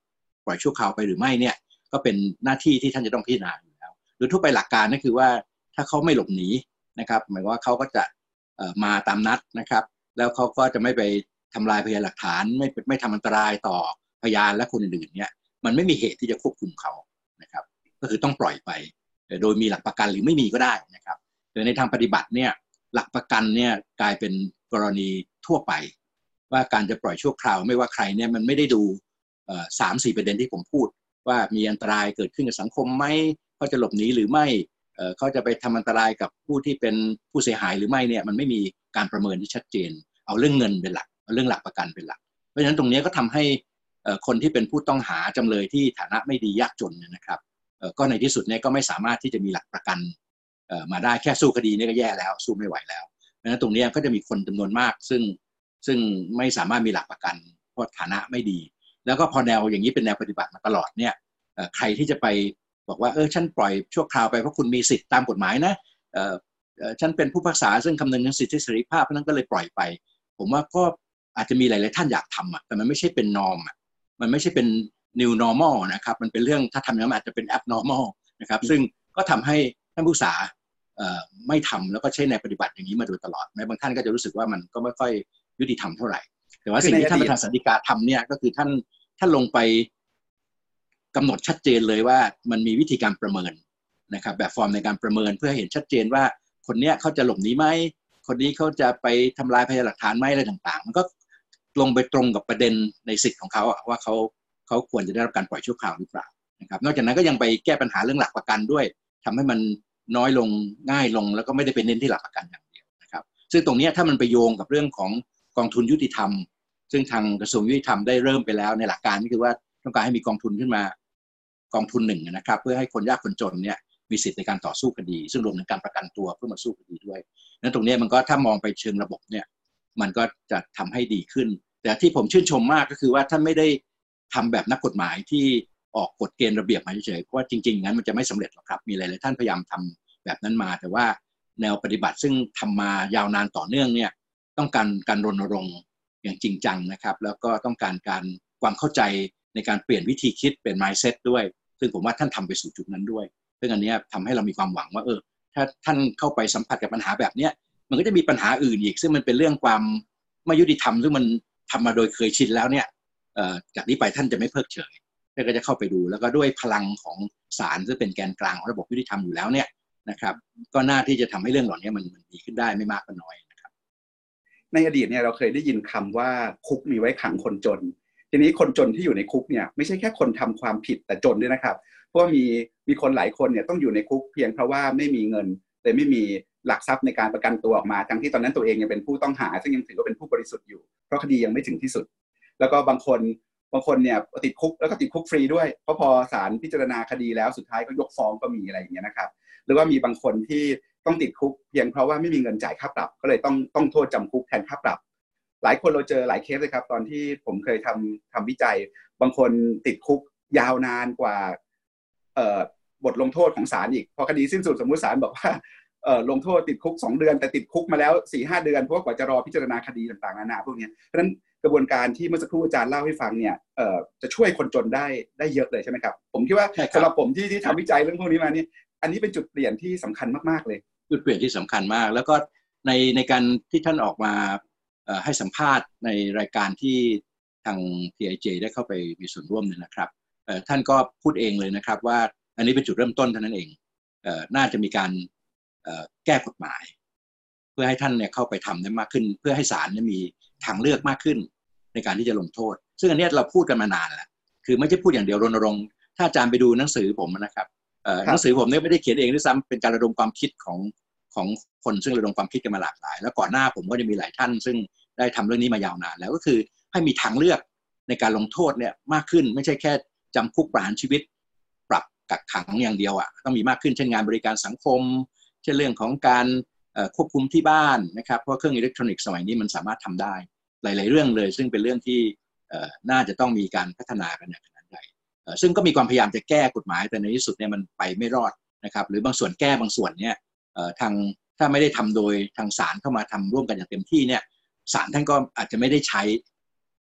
ปล่อยชั่วคราวไปหรือไม่เนี่ยก็เป็นหน้าที่ที่ท่านจะต้องพิจารณาอยู่แล้วหรือทั่วไปหลักการนั่นคือว่าถ้าเขาไม่หลบหนีนะครับหมายว่าเขาก็จะมาตามนัดนะครับแล้วเขาก็จะไม่ไปทำลายพยานหลักฐานไม่ทำอันตรายต่อพยานและคนอื่นๆเนี่ยมันไม่มีเหตุที่จะควบคุมเขานะครับก็คือต้องปล่อยไปโดยมีหลักประกันหรือไม่มีก็ได้นะครับแต่ในทางปฏิบัติเนี่ยหลักประกันเนี่ยกลายเป็นกรณีทั่วไปว่าการจะปล่อยชั่วคราวไม่ว่าใครเนี่ยมันไม่ได้ดู3-4 ประเด็นที่ผมพูดว่ามีอันตรายเกิดขึ้นกับสังคมไหมเขาจะหลบหนีหรือไม่เขาจะไปทำอันตรายกับผู้ที่เป็นผู้เสียหายหรือไม่เนี่ยมันไม่มีการประเมินที่ชัดเจนเอาเรื่องเงินเป็นหลักเอาเรื่องหลักประกันเป็นหลักเพราะฉะนั้นตรงนี้ก็ทำให้คนที่เป็นผู้ต้องหาจำเลยที่ฐานะไม่ดียากจนนะครับก็ในที่สุดเนี่ยก็ไม่สามารถที่จะมีหลักประกันมาได้แค่สู้คดีนี่ก็แย่แล้วสู้ไม่ไหวแล้วเพราะฉะนั้นตรงนี้ก็จะมีคนจำนวนมากซึ่งไม่สามารถมีหลักประกันเพราะฐานะไม่ดีแล้วก็พอแนวอย่างนี้เป็นแนวปฏิบัติมาตลอดเนี่ยใครที่จะไปบอกว่าฉันปล่อยชั่วคราวไปเพราะคุณมีสิทธิตามกฎหมายนะฉันเป็นผู้พิพากษาซึ่งคำนึงถึงสิทธิเสรีภาพเพราะนั้นก็เลยปล่อยไปผมว่าก็อาจจะมีหลายๆท่านอยากทำแต่มันไม่ใช่เป็นนอร์มมันไม่ใช่เป็น new normal นะครับมันเป็นเรื่องถ้าทำอย่างนั้นอาจจะเป็น abnormal นะครับซึ่งก็ทำให้ท่านผู้พิพากษาไม่ทำแล้วก็ใช้ในปฏิบัติอย่างนี้มาโดยตลอดแม้บางท่านก็จะรู้สึกว่ามันก็ไม่ค่อยยุติธรรมเท่าไหร่แต่ว่าสิ่งที่ท่านประธานศาลฎีกาทำเนี่ยก็คือท่านลงไปกำหนดชัดเจนเลยว่ามันมีวิธีการประเมินนะครับแบบฟอร์มในการประเมินเพื่อให้เห็นชัดเจนว่าคนนี้เขาจะหลบหนีไหมคนนี้เขาจะไปทำลายพยานหลักฐานไหมอะไรต่างๆมันก็ลงไปตรงกับประเด็นในสิทธิ์ของเขาว่าเขาควรจะได้รับการปล่อยชั่วคราวหรือเปล่านะครับนอกจากนั้นก็ยังไปแก้ปัญหาเรื่องหลักประกันด้วยทำให้มันน้อยลงง่ายลงแล้วก็ไม่ได้ไปเน้นที่หลักประกันอย่างเดียวนะครับซึ่งตรงนี้ถ้ามันไปโยงกับเรื่องของกองทุนยุติธรรมซึ่งทางกระทรวงยุติธรรมได้เริ่มไปแล้วในหลักการนี่คือว่าต้องการให้มีกองทุนขึ้นมากองทุนหนึ่งนะครับเพื่อให้คนยากคนจนเนี่ยมีสิทธิในการต่อสู้คดีซึ่งรวมถึงการประกันตัวเพื่อมาสู้คดีด้วยนั้นตรงนี้มันก็ถ้ามองไปเชิงระบบเนี่ยมันก็จะทำให้ดีขึ้นแต่ที่ผมชื่นชมมากก็คือว่าท่านไม่ได้ทำแบบนักกฎหมายที่ออกกฎเกณฑ์ระเบียบมาเฉยๆเพราะว่าจริงๆงั้นมันจะไม่สำเร็จหรอกครับมีหลายๆท่านพยายามทำแบบนั้นมาแต่ว่าแนวปฏิบัติซึ่งทำมายาวนานต่อเนื่องเนี่ยต้องการรณรงค์อย่างจริงจังนะครับแล้วก็ต้องการความเข้าใจในการเปลี่ยนวิธีคิดเป็น mindset ด้วยซึ่งผมว่าท่านทำไปสู่จุดนั้นด้วยซึ่งอันนี้ทำให้เรามีความหวังว่าถ้าท่านเข้าไปสัมผัสกับปัญหาแบบนี้มันก็จะมีปัญหาอื่นอีกซึ่งมันเป็นเรื่องความไม่ยุติธรรมซึ่งมันทำมาโดยเคยชินแล้วเนี่ยจากนี้ไปท่านจะไม่เพิกเฉยท่านก็จะเข้าไปดูแล้วก็ด้วยพลังของศาลซึ่งเป็นแกนกลางของระบบยุติธรรมอยู่แล้วเนี่ยนะครับก็น่าที่จะทำให้เรื่องเหล่านี้มันดีขึ้นได้ไม่มากก็น้อยนะครับในอดีตเนี่ยเราเคยได้ยินคำว่าคุกมีไว้ขังคนจนทีนี้คนจนที่อยู่ในคุกเนี่ยไม่ใช่แค่คนทำความผิดแต่จนด้วยนะครับเพราะว่ามีคนหลายคนเนี่ยต้องอยู่ในคุกเพียงเพราะว่าไม่มีเงินเลยไม่มีหลักทรัพย์ในการประกันตัวออกมาทั้งที่ตอนนั้นตัวเองยังเป็นผู้ต้องหาซึ่งยังถือว่าเป็นผู้บริสุทธิ์อยู่เพราะคดียังไม่ถึงที่สุดแล้วก็บางคนเนี่ยติดคุกแล้วก็ติดคุกฟรีด้วยเพราะพอศาลพิจารณาคดีแล้วสุดท้ายก็ยกฟ้องก็มีอะไรอย่างเงี้ยนะครับหรือว่ามีบางคนที่ต้องติดคุกเพียงเพราะว่าไม่มีเงินจ่ายค่าปรับก็เลยต้องโทษจำคุกแทนค่าปรับหลายคนเราเจอหลายเคสเลยครับตอนที่ผมเคยทำวิจัยบางคนติดคุกยาวนานกว่าบทลงโทษของศาลอีกพอคดีสิ้นสุดสมมุติศาลบอกว่าลงโทษติดคุก2 เดือนแต่ติดคุกมาแล้ว 4-5 เดือนเพราะกว่าจะรอพิจารณาคดีต่างๆนานาพวกนี้เพราะฉะนั้นกระบวนการที่เมื่อสักครู่อาจารย์เล่าให้ฟังเนี่ยจะช่วยคนจนได้เยอะเลยใช่ไหมครับผมคิดว่าสำหรับผมที่ทำวิจัยเรื่องพวกนี้มานี่อันนี้เป็นจุดเปลี่ยนที่สำคัญมากๆเลยจุดเปลี่ยนที่สำคัญมากแล้วก็ในการที่ท่านออกมาให้สัมภาษณ์ในรายการที่ทาง TIJ ได้เข้าไปมีส่วนร่วมเนี่ยนะครับท่านก็พูดเองเลยนะครับว่าอันนี้เป็นจุดเริ่มต้นเท่านั้นเองน่าจะมีการแก้กฎหมายเพื่อให้ท่านเนี่ยเข้าไปทำได้มากขึ้นเพื่อให้ศาลมีทางเลือกมากขึ้นในการที่จะลงโทษซึ่งอันนี้เราพูดกันมานานแล้วคือไม่ใช่พูดอย่างเดียวรณรงค์ถ้าอาจารย์ไปดูหนังสือผมนะครับหนังสือผมเนี่ยไม่ได้เขียนเองด้วยซ้ำเป็นการระดมความคิดของคนซึ่งระดมความคิดกันมาหลากหลายแล้วก่อนหน้าผมก็จะมีหลายท่านซึ่งได้ทำเรื่องนี้มายาวนานแล้วก็คือให้มีทางเลือกในการลงโทษเนี่ยมากขึ้นไม่ใช่แค่จำคุกประหารชีวิตปรับกักขังอย่างเดียวต้องมีมากขึ้นเช่นงานบริการสังคมเช่นเรื่องของการควบคุมที่บ้านนะครับเพราะเครื่องอิเล็กทรอนิกส์สมัยนี้มันสามารถทำได้หลายๆเรื่องเลยซึ่งเป็นเรื่องที่น่าจะต้องมีการพัฒนากันอย่างขนาดใหญ่ซึ่งก็มีความพยายามจะแก้กฎหมายแต่ในที่สุดเนี่ยมันไปไม่รอดนะครับหรือบางส่วนแก้บางส่วนเนี่ยถ้าไม่ได้ทำโดยทางศาลเข้ามาทำร่วมกันอย่างเต็มที่เนี่ยศาลท่านก็อาจจะไม่ได้ใช้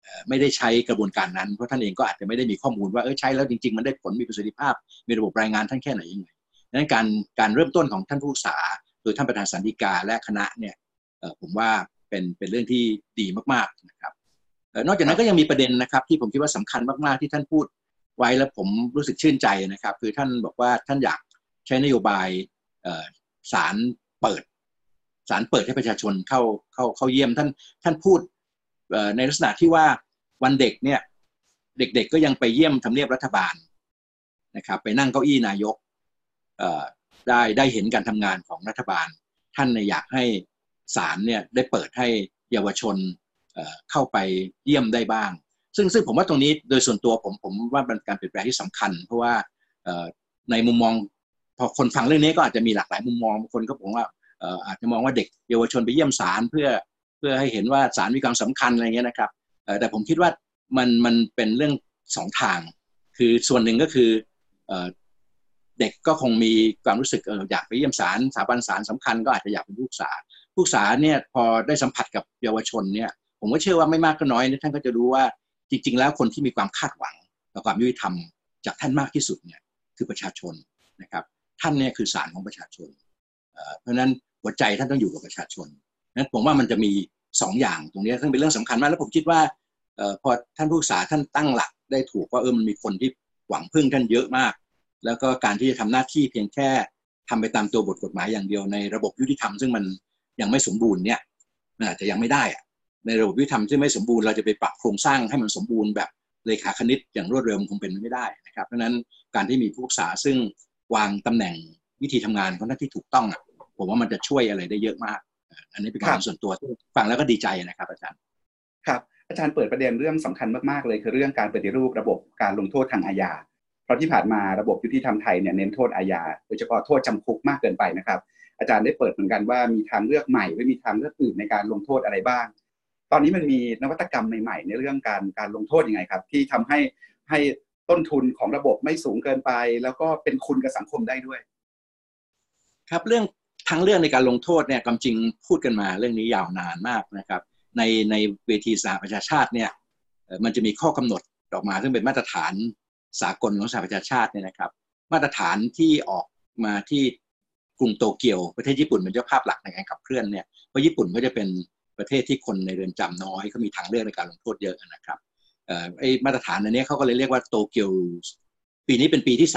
ไม่ได้ใช้กระบวนการนั้นเพราะท่านเองก็อาจจะไม่ได้มีข้อมูลว่าใช้แล้วจริงๆมันได้ผลมีประสิทธิภาพมีระบบรายงานท่านแค่ไหนยังไงดังนั้นการเริ่มต้นของท่านผู้ศึกษาโดยท่านประธานสันติกาและคณะเนี่ยผมว่าเป็นเรื่องที่ดีมากๆนะครับนอกจากนั้นก็ยังมีประเด็นนะครับที่ผมคิดว่าสำคัญมากๆที่ท่านพูดไว้แล้วผมรู้สึกชื่นใจนะครับคือท่านบอกว่าท่านอยากใช้นโยบายศาลเปิดให้ประชาชนเข้าเยี่ยมท่านพูดในลักษณะที่ว่าวันเด็กเนี่ยเด็กๆก็ยังไปเยี่ยมทำเนียบรัฐบาลนะครับไปนั่งเก้าอี้นายกได้เห็นการทำงานของรัฐบาลท่านอยากให้ศาลเนี่ยได้เปิดให้เยาวชนเข้าไปเยี่ยมได้บ้างซึ่งผมว่าตรงนี้โดยส่วนตัวผมว่าเป็นการเปลี่ยนแปลงที่สำคัญเพราะว่าในมุมมองพอคนฟังเรื่องนี้ก็อาจจะมีหลากหลายมุมมองคนก็บอกว่าอาจจะมองว่าเด็กเยาวชนไปเยี่ยมศาลเพื่อให้เห็นว่าศาลมีความสำคัญอะไรเงี้ยนะครับแต่ผมคิดว่ามันเป็นเรื่องสองทางคือส่วนหนึ่งก็คือเด็กก็คงมีความรู้สึกอยากไปเยี่ยมศาลสถาบันศาลสำคัญก็อาจจะอยากเป็นผู้ศึกษาเนี่ยพอได้สัมผัสกับเยาวชนเนี่ยผมก็เชื่อว่าไม่มากก็น้อยท่านก็จะรู้ว่าจริงๆแล้วคนที่มีความคาดหวังต่อความยุติธรรมจากท่านมากที่สุดเนี่ยคือประชาชนนะครับท่านเนี่ยคือศาลของประชาชนเพราะฉะนั้นหัวใจท่านต้องอยู่กับประชาชนนั้นผมว่ามันจะมี2 อย่างตรงนี้ซึ่งเป็นเรื่องสำคัญมากแล้วผมคิดว่าพอท่านผู้ศึกษาท่านตั้งหลักได้ถูกว่ามันมีคนที่หวังพึ่งท่านเยอะมากแล้วก็การที่จะทำหน้าที่เพียงแค่ทำไปตามตัวบทกฎหมายอย่างเดียวในระบบยุติธรรมซึ่งมันยังไม่สมบูรณ์เนี่ยมันอาจจะยังไม่ได้ในระบบยุติธรรมที่ไม่สมบูรณ์เราจะไปปรับโครงสร้างให้มันสมบูรณ์แบบเลขาคณิตอย่างรวดเร็วมันคงเป็นไม่ได้นะครับเพราะฉะนั้นการที่มีผู้ศึกษาซึ่งวางตำแหน่งวิธีทำงานของท่านที่ถูกต้องผมว่ามันจะช่วยอะไรได้เยอะมากอันนี้เป็นความส่วนตัวที่ฟังแล้วก็ดีใจนะครับอาจารย์ครับอาจารย์เปิดประเด็นเรื่องสำคัญมากๆเลยคือเรื่องการปฏิรูประบบการลงโทษทางอาญาเพราะที่ผ่านมาระบบยุติธรรมไทยเนี่ยเน้นโทษอาญาโดยเฉพาะโทษจำคุกมากเกินไปนะครับอาจารย์ได้เปิดเหมือนกันว่ามีทางเลือกใหม่หรือมีทางเลือกอื่นในการลงโทษอะไรบ้างตอนนี้มันมีนวัตกรรมใหม่ๆในเรื่องการลงโทษยังไงครับที่ทำให้ต้นทุนของระบบไม่สูงเกินไปแล้วก็เป็นคุณกับสังคมได้ด้วยครับเรื่องทางเรื่องในการลงโทษเนี่ยความจริงพูดกันมาเรื่องนี้ยาวนานมากนะครับในเวทีสหประชาชาติเนี่ยมันจะมีข้อกำหนดออกมาซึ่งเป็นมาตรฐานสากลของสหประชาชาติเนี่ยนะครับมาตรฐานที่ออกมาที่กรุงโตเกียวประเทศญี่ปุ่นเป็นเจ้าภาพหลักในการขับเคลื่อนเนี่ยเพราะญี่ปุ่นก็จะเป็นประเทศที่คนในเรือนจำน้อยเขามีทางเลือกในการลงโทษเยอะนะครับไอ้มาตรฐานอันนี้เขาก็เลยเรียกว่าโตเกียวปีนี้เป็นปีที่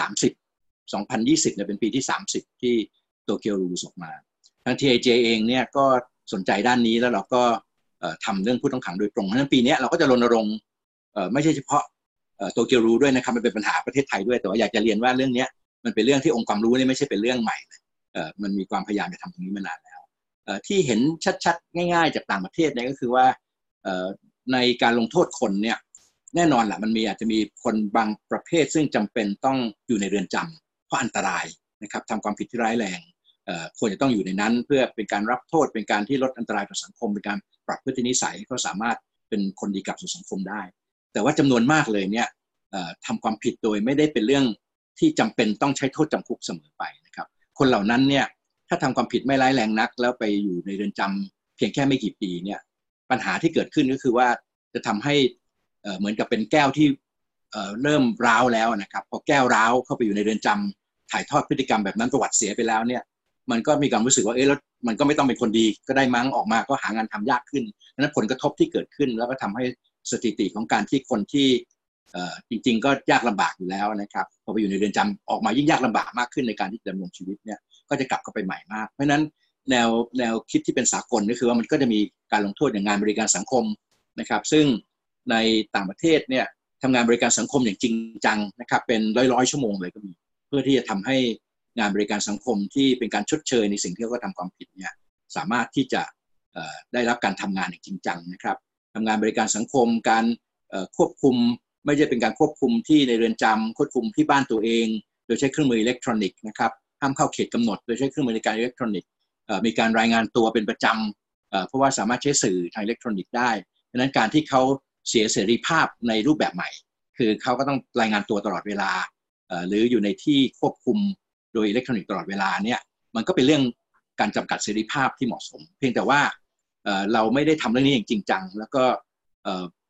30 2020เนี่ยเป็นปีที่30ที่โตเกียวรูลออกมาทาง TIJ เองเนี่ยก็สนใจด้านนี้แล้วเราก็ทำเรื่องผู้ต้องขังโดยตรงเพราะฉะนั้นปีนี้เราก็จะรณรงค์ไม่ใช่เฉพาะโตเกียวรูด้วยนะครับมันเป็นปัญหาประเทศไทยด้วยแต่ว่าอยากจะเรียนว่าเรื่องนี้มันเป็นเรื่องที่องค์ความรู้นี่ไม่ใช่เป็นเรื่องใหม่เลยมันมีความพยายามจะทำตรงนี้มานานแล้วที่เห็นชัดๆง่ายๆจากต่างประเทศเนี่ยก็คือว่าในการลงโทษคนเนี่ยแน่นอนแหละมันอาจจะมีคนบางประเภทซึ่งจำเป็นต้องอยู่ในเรือนจำเพราะอันตรายนะครับทำความผิดที่ร้ายแรงควรจะต้องอยู่ในนั้นเพื่อเป็นการรับโทษเป็นการที่ลดอันตรายต่อสังคมเป็นการปรับพฤตินิสัยเขาสามารถเป็นคนดีกลับสู่สังคมได้แต่ว่าจำนวนมากเลยเนี่ยทำความผิดโดยไม่ได้เป็นเรื่องที่จำเป็นต้องใช้โทษจำคุกเสมอไปนะครับคนเหล่านั้นเนี่ยถ้าทำความผิดไม่ร้ายแรงนักแล้วไปอยู่ในเรือนจำเพียงแค่ไม่กี่ปีเนี่ยปัญหาที่เกิดขึ้นก็คือว่าจะทำให้เหมือนกับเป็นแก้วที่เริ่มร้าวแล้วนะครับพอแก้วร้าวเข้าไปอยู่ในเรือนจำถ่ายทอดพฤติกรรมแบบนั้นประวัติเสียไปแล้วเนี่ยมันก็มีความรู้สึกว่าแล้วมันก็ไม่ต้องเป็นคนดีก็ได้มั้งออกมาก็หางานทำยากขึ้นนั้นผลกระทบที่เกิดขึ้นแล้วก็ทำให้สถิติของการที่คนที่จริงๆก็ยากลำบากอยู่แล้วนะครับพอไปอยู่ในเรือนจำออกมายิ่งยากลำบากมากขึ้นในการที่จะดำรงชีวิตเนี่ยก็จะกลับเข้าไปใหม่มากเพราะฉะนั้นแนวคิดที่เป็นสากลก็คือว่ามันก็จะมีการลงโทษอย่างงานบริการสังคมนะครับซึ่งในต่างประเทศเนี่ยทำงานบริการสังคมอย่างจริงจังนะครับเป็นร้อยชั่วโมงเลยก็มีเพื่อที่จะทำให้งานบริการสังคมที่เป็นการชดเชยในสิ่งที่เขาทำความผิดเนี่ยสามารถที่จะได้รับการทำงานอย่างจริงจังนะครับทำงานบริการสังคมการควบคุมไม่ใช่เป็นการควบคุมที่ในเรือนจำควบคุมที่บ้านตัวเองโดยใช้เครื่องมืออิเล็กทรอนิกส์นะครับห้ามเข้าเขตกำหนดโดยใช้เครื่องมือในการอิเล็กทรอนิกส์มีการรายงานตัวเป็นประจำเพราะว่าสามารถใช้สื่อทางอิเล็กทรอนิกส์ได้ดังนั้นการที่เขาเสียเสรีภาพในรูปแบบใหม่คือเขาก็ต้องรายงานตัวตลอดเวลาหรืออยู่ในที่ควบคุมโดยอิเล็กทรอนิกส์ตลอดเวลาเนี่ยมันก็เป็นเรื่องการจำกัดเสรีภาพที่เหมาะสมเพียงแต่ว่าเราไม่ได้ทำเรื่องนี้อย่างจริงจังแล้วก็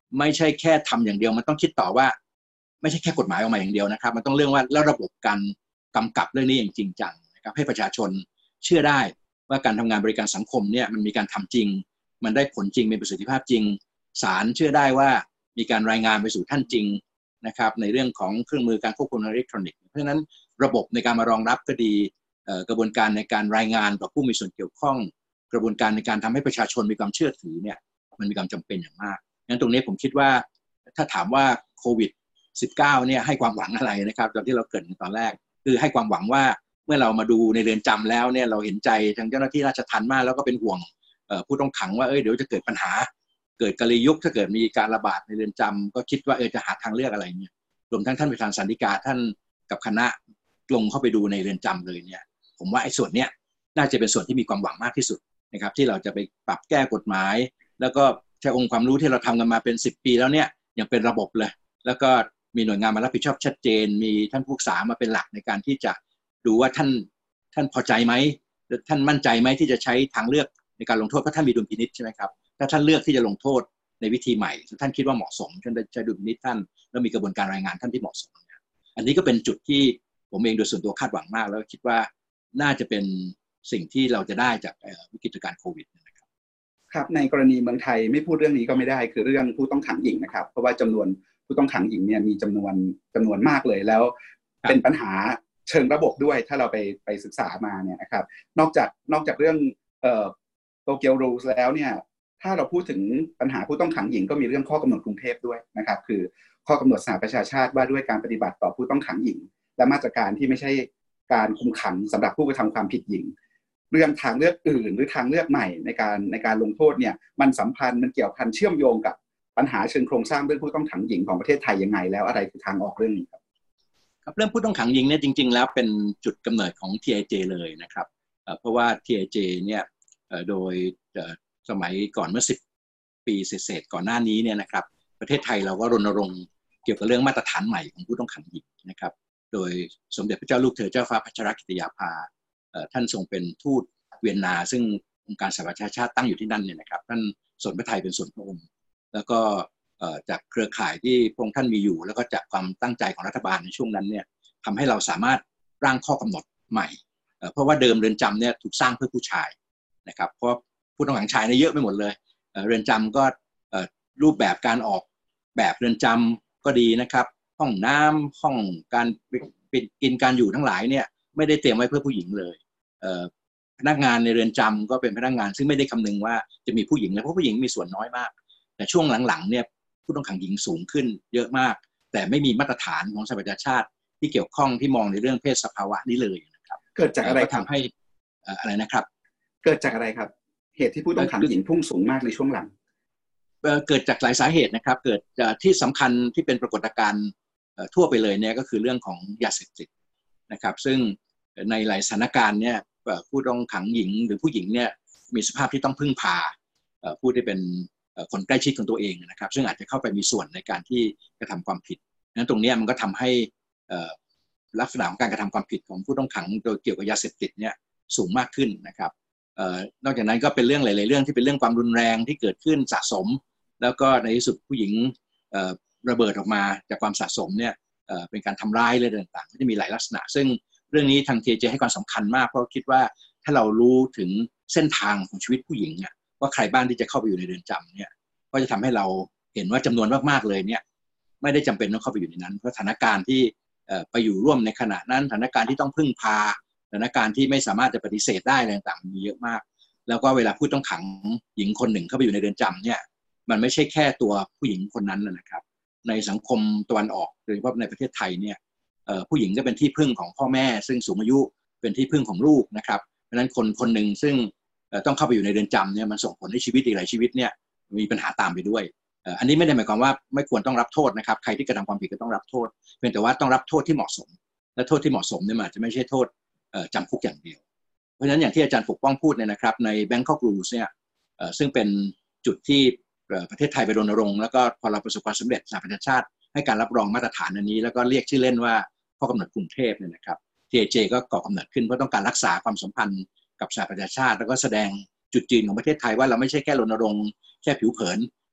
ไม่ใช่แค่ทำอย่างเดียวมันต้องคิดต่อว่าไม่ใช่แค่กฎหมายออกมาอย่างเดียวนะครับมันต้องเรื่องว่าแล้วระบบการกำกับเรื่องนี้อย่างจริงจังนะครับให้ประชาชนเชื่อได้ว่าการทำงานบริการสังคมเนี่ยมันมีการทำจริงมันได้ผลจริงมีประสิทธิภาพจริงศาลเชื่อได้ว่ามีการรายงานไปสู่ท่านจริงนะครับในเรื่องของเครื่องมือการควบคุมอิเล็กทรอนิกส์เพราะฉะนั้นระบบในการมารองรับก็ดีกระบวนการในการรายงานต่อผู้มีส่วนเกี่ยวข้องกระบวนการในการทำให้ประชาชนมีความเชื่อถือเนี่ยมันมีความจำเป็นอย่างมากงั้นตรงนี้ผมคิดว่าถ้าถามว่าโควิด19เนี่ยให้ความหวังอะไรนะครับตอนที่เราเกริ่นตอนแรกคือให้ความหวังว่าเมื่อเรามาดูในเรือนจำแล้วเนี่ยเราเห็นใจทางเจ้าหน้าที่ราชทัณฑ์มากแล้วก็เป็นห่วงผู้ต้องขังว่าเดี๋ยวจะเกิดปัญหาเกิดกลยุทธ์ถ้าเกิดมีการระบาดในเรือนจำก็คิดว่าจะหาทางเลือกอะไรเนี่ยรวมทั้งท่านประธานสันติกาท่านกับคณะลงเข้าไปดูในเรือนจำเลยเนี่ยผมว่าไอ้ส่วนเนี้ยน่าจะเป็นส่วนที่มีความหวังมากที่สุดนะครับที่เราจะไปปรับแก้กฎหมายแล้วก็ใช้องค์ความรู้ที่เราทำกันมาเป็น10 ปีแล้วเนี่ยยังเป็นระบบเลยแล้วก็มีหน่วยงานมารับผิดชอบชัดเจนมีท่านผู้ศึกษามาเป็นหลักในการที่จะดูว่าท่านพอใจไหมท่านมั่นใจไหมที่จะใช้ทางเลือกในการลงโทษเพราะท่านมีดุลพินิจใช่ไหมครับถ้าท่านเลือกที่จะลงโทษในวิธีใหม่ท่านคิดว่าเหมาะสมท่านใช้ดุลพินิจท่านแล้วมีกระบวนการรายงานท่านที่เหมาะสมอันนี้ก็เป็นจุดที่ผมเองโดยส่วนตัวคาดหวังมากแล้วคิดว่าน่าจะเป็นสิ่งที่เราจะได้จากวิกฤตการณ์โควิดนะครับครับในกรณีเมืองไทยไม่พูดเรื่องนี้ก็ไม่ได้คือเรื่องผู้ต้องขังหญิงนะครับเพราะว่าจำนวนผู้ต้องขังหญิงเนี่ยมีจำนวนมากเลยแล้วเป็นปัญหาเชิงระบบด้วยถ้าเราไปศึกษามาเนี่ยนะครับนอกจากเรื่องโตเกียวรูลแล้วเนี่ยถ้าเราพูดถึงปัญหาผู้ต้องขังหญิงก็มีเรื่องข้อกำหนดกรุงเทพด้วยนะครับคือข้อกำหนดสหประชาชาติว่าด้วยการปฏิบัติต่อผู้ต้องขังหญิงและมาตรการที่ไม่ใช่การคุมขังสำหรับผู้กระทำความผิดหญิงเรื่องทางเลือกอื่นหรือทางเลือกใหม่ในการลงโทษเนี่ยมันสัมพันธ์มันเกี่ยวพันเชื่อมโยงกับปัญหาเชิงโครงสร้างเรื่องผู้ต้องขังหญิงของประเทศไทยยังไงแล้วอะไรคือทางออกเรื่องนี้ครับครับเรื่องผู้ต้องขังหญิงเนี่ยจริงๆแล้วเป็นจุดกำเนิดของ TIJ เลยนะครับเพราะว่า TIJ เนี่ยโดยสมัยก่อนเมื่อ10 ปีเศษก่อนหน้านี้เนี่ยนะครับประเทศไทยเราก็รณรงค์เกี่ยวกับเรื่องมาตรฐานใหม่ของผู้ต้องขังหญิงนะครับโดยสมเด็จพระเจ้าลูกเธอเจ้าฟ้าพัชรกิติยาภาท่านทรงเป็นทูตเวียนนาซึ่งองค์การสหประชาชาติตั้งอยู่ที่นั่นเนี่ยนะครับท่านสนพระทัยเป็นส่วนพระองค์แล้วก็จากเครือข่ายที่พระองค์ท่านมีอยู่แล้วก็จากความตั้งใจของรัฐบาลในช่วงนั้นเนี่ยทำให้เราสามารถร่างข้อกำหนดใหม่เพราะว่าเดิมเรือนจำเนี่ยถูกสร้างเพื่อผู้ชายนะครับเพราะผู้ต้องขังชายเนี่ยเยอะไปหมดเลยเรือนจำก็รูปแบบการออกแบบเรือนจำก็ดีนะครับห้องน้ำห้องการกินการอยู่ทั้งหลายเนี่ยไม่ได้เตรียมไว้เพื่อผู้หญิงเลยพนักงานในเรือนจำก็เป็นพนักงานซึ่งไม่ได้คำนึงว่าจะมีผู้หญิงแล้วเพราะผู้หญิงมีส่วนน้อยมากแต่ช่วงหลังๆเนี่ยผู้ต้องขังหญิงสูงขึ้นเยอะมากแต่ไม่มีมาตรฐานของสหประชาชาติที่เกี่ยวข้องที่มองในเรื่องเพศสภาวะนี้เลยนะครับเกิดจากอะไรทำให้อะไรนะครับเกิดจากอะไรครับเหตุที่ผู้ต้องขังหญิงพุ่งสูงมากในช่วงหลังเกิดจากหลายสาเหตุนะครับเกิดที่สำคัญที่เป็นปรากฏการณ์ทั่วไปเลยเนี่ยก็คือเรื่องของยาเสพติดนะครับซึ่งในหลายสถานการณ์เนี่ยผู้ต้องขังหญิงหรือผู้หญิงเนี่ยมีสภาพที่ต้องพึ่งพาผู้ที่เป็นคนใกล้ชิดของตัวเองนะครับซึ่งอาจจะเข้าไปมีส่วนในการที่กระทำความผิดนั้นตรงนี้มันก็ทำให้ลักษณะของการกระทำความผิดของผู้ต้องขังโดยเกี่ยวกับยาเสพติดเนี่ยสูงมากขึ้นนะครับนอกจากนั้นก็เป็นเรื่องหลายๆเรื่องที่เป็นเรื่องความรุนแรงที่เกิดขึ้นสะสมแล้วก็ในที่สุดผู้หญิงระเบิดออกมาจากความสะสมเนี่ยเป็นการทำร้ายอะไรต่างๆก็จะมีหลายลักษณะซึ่งเรื่องนี้ทาง TIJ ให้ความสำคัญมากเพราะคิดว่าถ้าเรารู้ถึงเส้นทางของชีวิตผู้หญิงว่าใครบ้างที่จะเข้าไปอยู่ในเรือนจำเนี่ยก็จะทำให้เราเห็นว่าจำนวนมากๆเลยเนี่ยไม่ได้จำเป็นต้องเข้าไปอยู่ในนั้นเพราะสถานการณ์ที่ไปอยู่ร่วมในขณะนั้นสถานการณ์ที่ต้องพึ่งพาสถานการณ์ที่ไม่สามารถจะปฏิเสธได้อะไรต่างๆมีเยอะมากแล้วก็เวลาผู้ต้องขังหญิงคนหนึ่งเข้าไปอยู่ในเรือนจำเนี่ยมันไม่ใช่แค่ตัวผู้หญิงคนนั้นนะครับในสังคมตะวันออกโดยเฉพาะในประเทศไทยเนี่ยผู้หญิงก็เป็นที่พึ่งของพ่อแม่ซึ่งสูงอายุเป็นที่พึ่งของลูกนะครับเพราะฉะนั้นคนหนึ่งซึ่งต้องเข้าไปอยู่ในเรือนจำเนี่ยมันส่งผลให้ชีวิตอีกหลายชีวิตเนี่ยมีปัญหาตามไปด้วยอันนี้ไม่ได้หมายความว่าไม่ควรต้องรับโทษนะครับใครที่กระทำความผิดก็ต้องรับโทษเพียงแต่ว่าต้องรับโทษที่เหมาะสมและโทษที่เหมาะสมเนี่ยมันอาจจะไม่ใช่โทษจำคุกอย่างเดียวเพราะฉะนั้นอย่างที่อาจารย์ปกป้องพูดเนี่ยนะครับใน Bangkok Rules เนี่ยซึ่งเป็นจุดที่ประเทศไทยไปรณรงค์แล้วก็พอเราประสบความสำเร็จสหประชาชาติให้การรับรองมาตรฐานอันนี้แล้วก็เรียกชื่อเล่นว่าข้อกำหนดกรุงเทพเนี่ยนะครับ TIJ ก็ก่อกำเนิดขึ้นเพราะต้องการรักษาความสัมพันธ์กับสหประชาชาติแล้วก็แสดงจุดยืนของประเทศไทยว่าเราไม่ใช่แค่รณรงค์แค่ผิวเผิน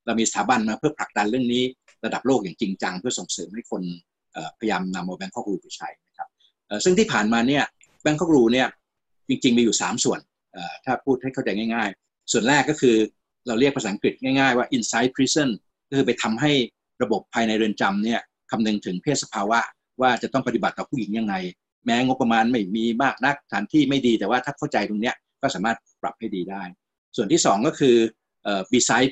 เรามีสถาบันมาเพื่อผลักดันเรื่องนี้ระดับโลกอย่างจริงจังเพื่อส่งเสริมให้คนพยายามนำเอา Bangkok Rule ไปใช้นะครับซึ่งที่ผ่านมาเนี่ย Bangkok Rule เนี่ยจริงๆมีอยู่3ส่วนถ้าพูดให้เข้าใจง่ายๆส่วนแรกก็คือเราเรียกภาษาอังกฤษง่ายๆว่า inside prison ก็คือไปทำให้ระบบภายในเรือนจำเนี่ยคำนึงถึงเพศสภาวะว่าจะต้องปฏิบัติต่อผู้หญิงยังไงแม้งบประมาณไม่มีมากนักสถานที่ไม่ดีแต่ว่าถ้าเข้าใจตรงนี้ก็สามารถปรับให้ดีได้ส่วนที่2ก็คือbeside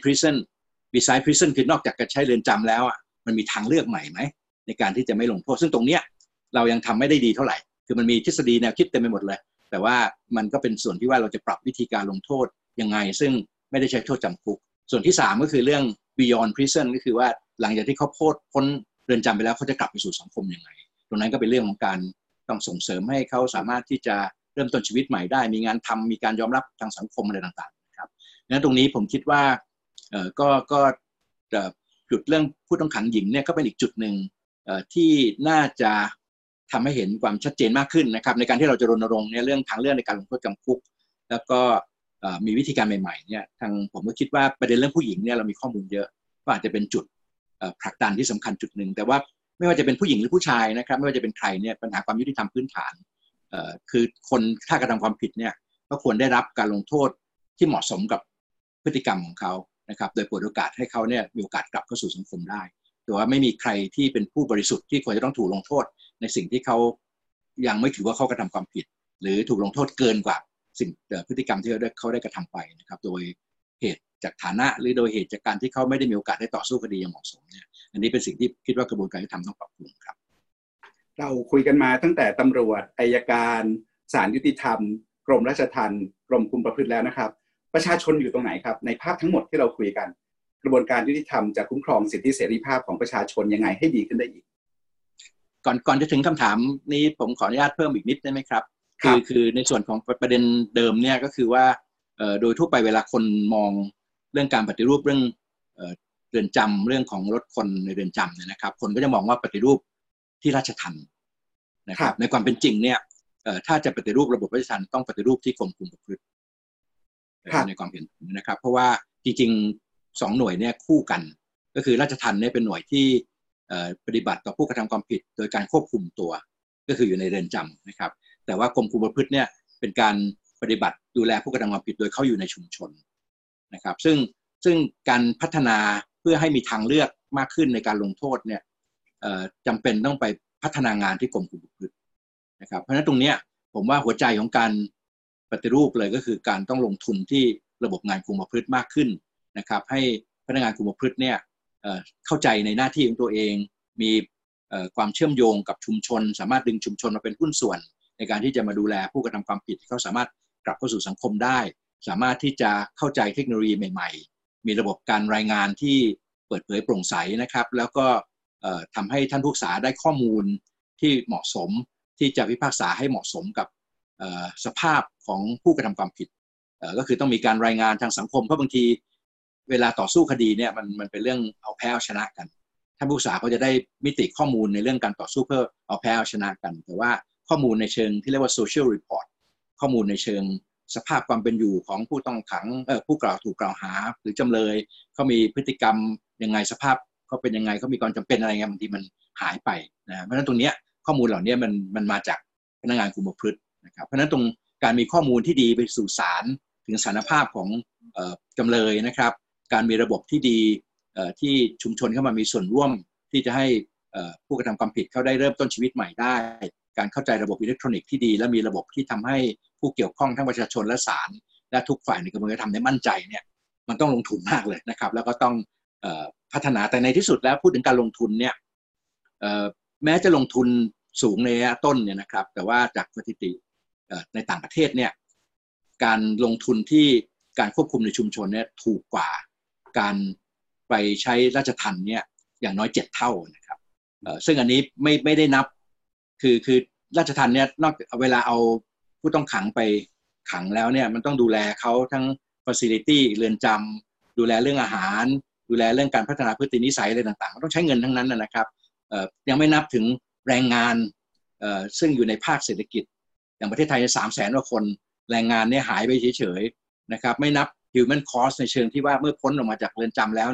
prison คือนอกจากจะใช้เรือนจำแล้วอ่ะมันมีทางเลือกใหม่ไหมในการที่จะไม่ลงโทษซึ่งตรงเนี้ยเรายังทำไม่ได้ดีเท่าไหร่คือมันมีทฤษฎีแนวคิดเต็มไปหมดเลยแต่ว่ามันก็เป็นส่วนที่ว่าเราจะปรับวิธีการลงโทษยังไงซึ่งไม่ได้ใช้โทษจำคุกส่วนที่3ก็คือเรื่อง beyond prison ก็คือว่าหลังจากที่เขาพ้นเรือนจำไปแล้วเขาจะกลับไปสู่สังคมยังไงตรงนั้นก็เป็นเรื่องของการต้องส่งเสริมให้เขาสามารถที่จะเริ่มต้นชีวิตใหม่ได้มีงานทำมีการยอมรับทางสังคมอะไรต่างๆนะครับงั้นตรงนี้ผมคิดว่าก็จุดเรื่องผู้ต้องขังหญิงเนี่ยก็เป็นอีกจุดหนึ่งที่น่าจะทำให้เห็นความชัดเจนมากขึ้นนะครับในการที่เราจะรณรงค์เนี่ยเรื่องทางเลือกในการลงโทษจำคุกแล้วก็มีวิธีการใหม่ๆเนี่ยทางผมก็คิดว่าประเด็นเรื่องผู้หญิงเนี่ยเรามีข้อมูลเยอะก็อาจจะเป็นจุดผลักดันที่สำคัญจุดหนึ่งแต่ว่าไม่ว่าจะเป็นผู้หญิงหรือผู้ชายนะครับไม่ว่าจะเป็นใครเนี่ยปัญหาความยุติธรรมพื้นฐานคือคนถ้ากระทำความผิดเนี่ยก็ควรได้รับการลงโทษที่เหมาะสมกับพฤติกรรมของเขานะครับโดยเปิดโอกาสให้เขาเนี่ยมีโอกาสกลับเข้าสู่สังคมได้แต่ว่าไม่มีใครที่เป็นผู้บริสุทธิ์ที่ควรจะต้องถูกลงโทษในสิ่งที่เขายังไม่ถือว่าเขากระทำความผิดหรือถูกลงโทษเกินกว่าสิ่งพฤติกรรมที่เขาได้กระทำไปนะครับโดยเหตุจากฐานะหรือโดยเหตุจากการที่เขาไม่ได้มีโอกาสได้ต่อสู้คดีอย่างเหมาะสมเนี่ยอันนี้เป็นสิ่งที่คิดว่ากระบวนการยุติธรรมต้องปรับปรุงครับเราคุยกันมาตั้งแต่ตำรวจอัยการศาลยุติธรรมกรมราชทัณฑ์กรมคุมประพฤติแล้วนะครับประชาชนอยู่ตรงไหนครับในภาพทั้งหมดที่เราคุยกันกระบวนการยุติธรรมจะคุ้มครองสิทธิเสรีภาพของประชาชนยังไงให้ดีขึ้นได้อีกก่อนจะถึงคำถามนี้ผมขออนุญาตเพิ่มอีกนิดได้ไหมครับคือในส่วนของประเด็นเดิมเนี่ยก็คือว่าโดยทั่วไปเวลาคนมองเรื่องการปฏิรูปเรื่องเรือนจำเรื่องของลดคนในเรือนจำเนี่ยนะครับคนก็จะมองว่าปฏิรูปที่ราชทัณฑ์นะครับในความเป็นจริงเนี่ยถ้าจะปฏิรูประบบราชทัณฑ์ต้องปฏิรูปที่กรมคุมประพฤติในความเห็นนะครับเพราะว่าจริงๆ2หน่วยเนี่ยคู่กันก็คือราชทัณฑ์เนี่ยเป็นหน่วยที่ปฏิบัติต่อผู้กระทำความผิดโดยการควบคุมตัวก็คืออยู่ในเรือนจำนะครับแต่ว่ากรมคุมประพฤติเนี่ยเป็นการปฏิบัติดูแลผู้กระทำความผิดโดยเขาอยู่ในชุมชนนะครับซึ่งการพัฒนาเพื่อให้มีทางเลือกมากขึ้นในการลงโทษเนี่ยจำเป็นต้องไปพัฒนางานที่กรมคุมประพฤตินะครับเพราะฉะนั้นตรงนี้ผมว่าหัวใจของการปฏิรูปเลยก็คือการต้องลงทุนที่ระบบงานคุมประพฤติมากขึ้นนะครับให้พนักงานคุมประพฤติเนี่ยเข้าใจในหน้าที่ของตัวเองมีความเชื่อมโยงกับชุมชนสามารถดึงชุมชนมาเป็นหุ้นส่วนในการที่จะมาดูแลผู้กระทำความผิดที่เขาสามารถกลับเข้าสู่สังคมได้สามารถที่จะเข้าใจเทคโนโลยีใหม่ๆมีระบบการรายงานที่เปิดเผยโปร่งใสนะครับแล้วก็ทำให้ท่านผู้พิพากษาได้ข้อมูลที่เหมาะสมที่จะพิพากษาให้เหมาะสมกับสภาพของผู้กระทำความผิดก็คือต้องมีการรายงานทางสังคมเพราะบางทีเวลาต่อสู้คดีเนี่ยมันเป็นเรื่องเอาแพ้เอาชนะกันท่านผู้พิพากษาเขาจะได้มิติข้อมูลในเรื่องการต่อสู้เพื่อเอาแพ้เอาชนะกันแต่ว่าข้อมูลในเชิงที่เรียกว่า social report ข้อมูลในเชิงสภาพความเป็นอยู่ของผู้ต้องขังผู้ถูกกล่าวหาหรือจำเลยเขามีพฤติกรรมยังไงสภาพเขาเป็นยังไงเขามีความจำเป็นอะไรเงี้ยบางทีมันหายไปนะเพราะฉะนั้นตรงนี้ข้อมูลเหล่านี้มันมาจากพนักงานคุมประพฤตินะครับเพราะฉะนั้นตรงการมีข้อมูลที่ดีไปสู่ศาลถึงสถานภาพของจำเลยนะครับการมีระบบที่ดีที่ชุมชนเข้ามามีส่วนร่วมที่จะให้ผู้กระทำความผิดเขาได้เริ่มต้นชีวิตใหม่ได้การเข้าใจระบบอิเล็กทรอนิกส์ที่ดีและมีระบบที่ทำให้ผู้เกี่ยวข้องทั้งประชาชนและศาลและทุกฝ่ายในกระบวนการทำได้มั่นใจเนี่ยมันต้องลงทุนมากเลยนะครับแล้วก็ต้องพัฒนาแต่ในที่สุดแล้วพูดถึงการลงทุนเนี่ยแม้จะลงทุนสูงในระยะต้นเนี่ยนะครับแต่ว่าจากสถิติในต่างประเทศเนี่ยการลงทุนที่การควบคุมในชุมชนเนี่ยถูกกว่าการไปใช้ราชทัณฑ์เนี่ยอย่างน้อย7 เท่านะครับซึ่งอันนี้ไม่ได้นับคือราชทัณฑ์เนี่ยนอกเวลาเอาผู้ต้องขังไปขังแล้วเนี่ยมันต้องดูแลเขาทั้ง facility เรือนจำดูแลเรื่องอาหารดูแลเรื่องการพัฒนาพฤตินิสัยอะไรต่างๆมันต้องใช้เงินทั้งนั้นนะครับยังไม่นับถึงแรงงานซึ่งอยู่ในภาคเศรษฐกิจอย่างประเทศไทย300,000 กว่าคนแรงงานเนี่ยหายไปเฉยๆนะครับไม่นับ human cost ในเชิงที่ว่าเมื่อพ้นออกมาจากเรือนจำแล้วเนี่ย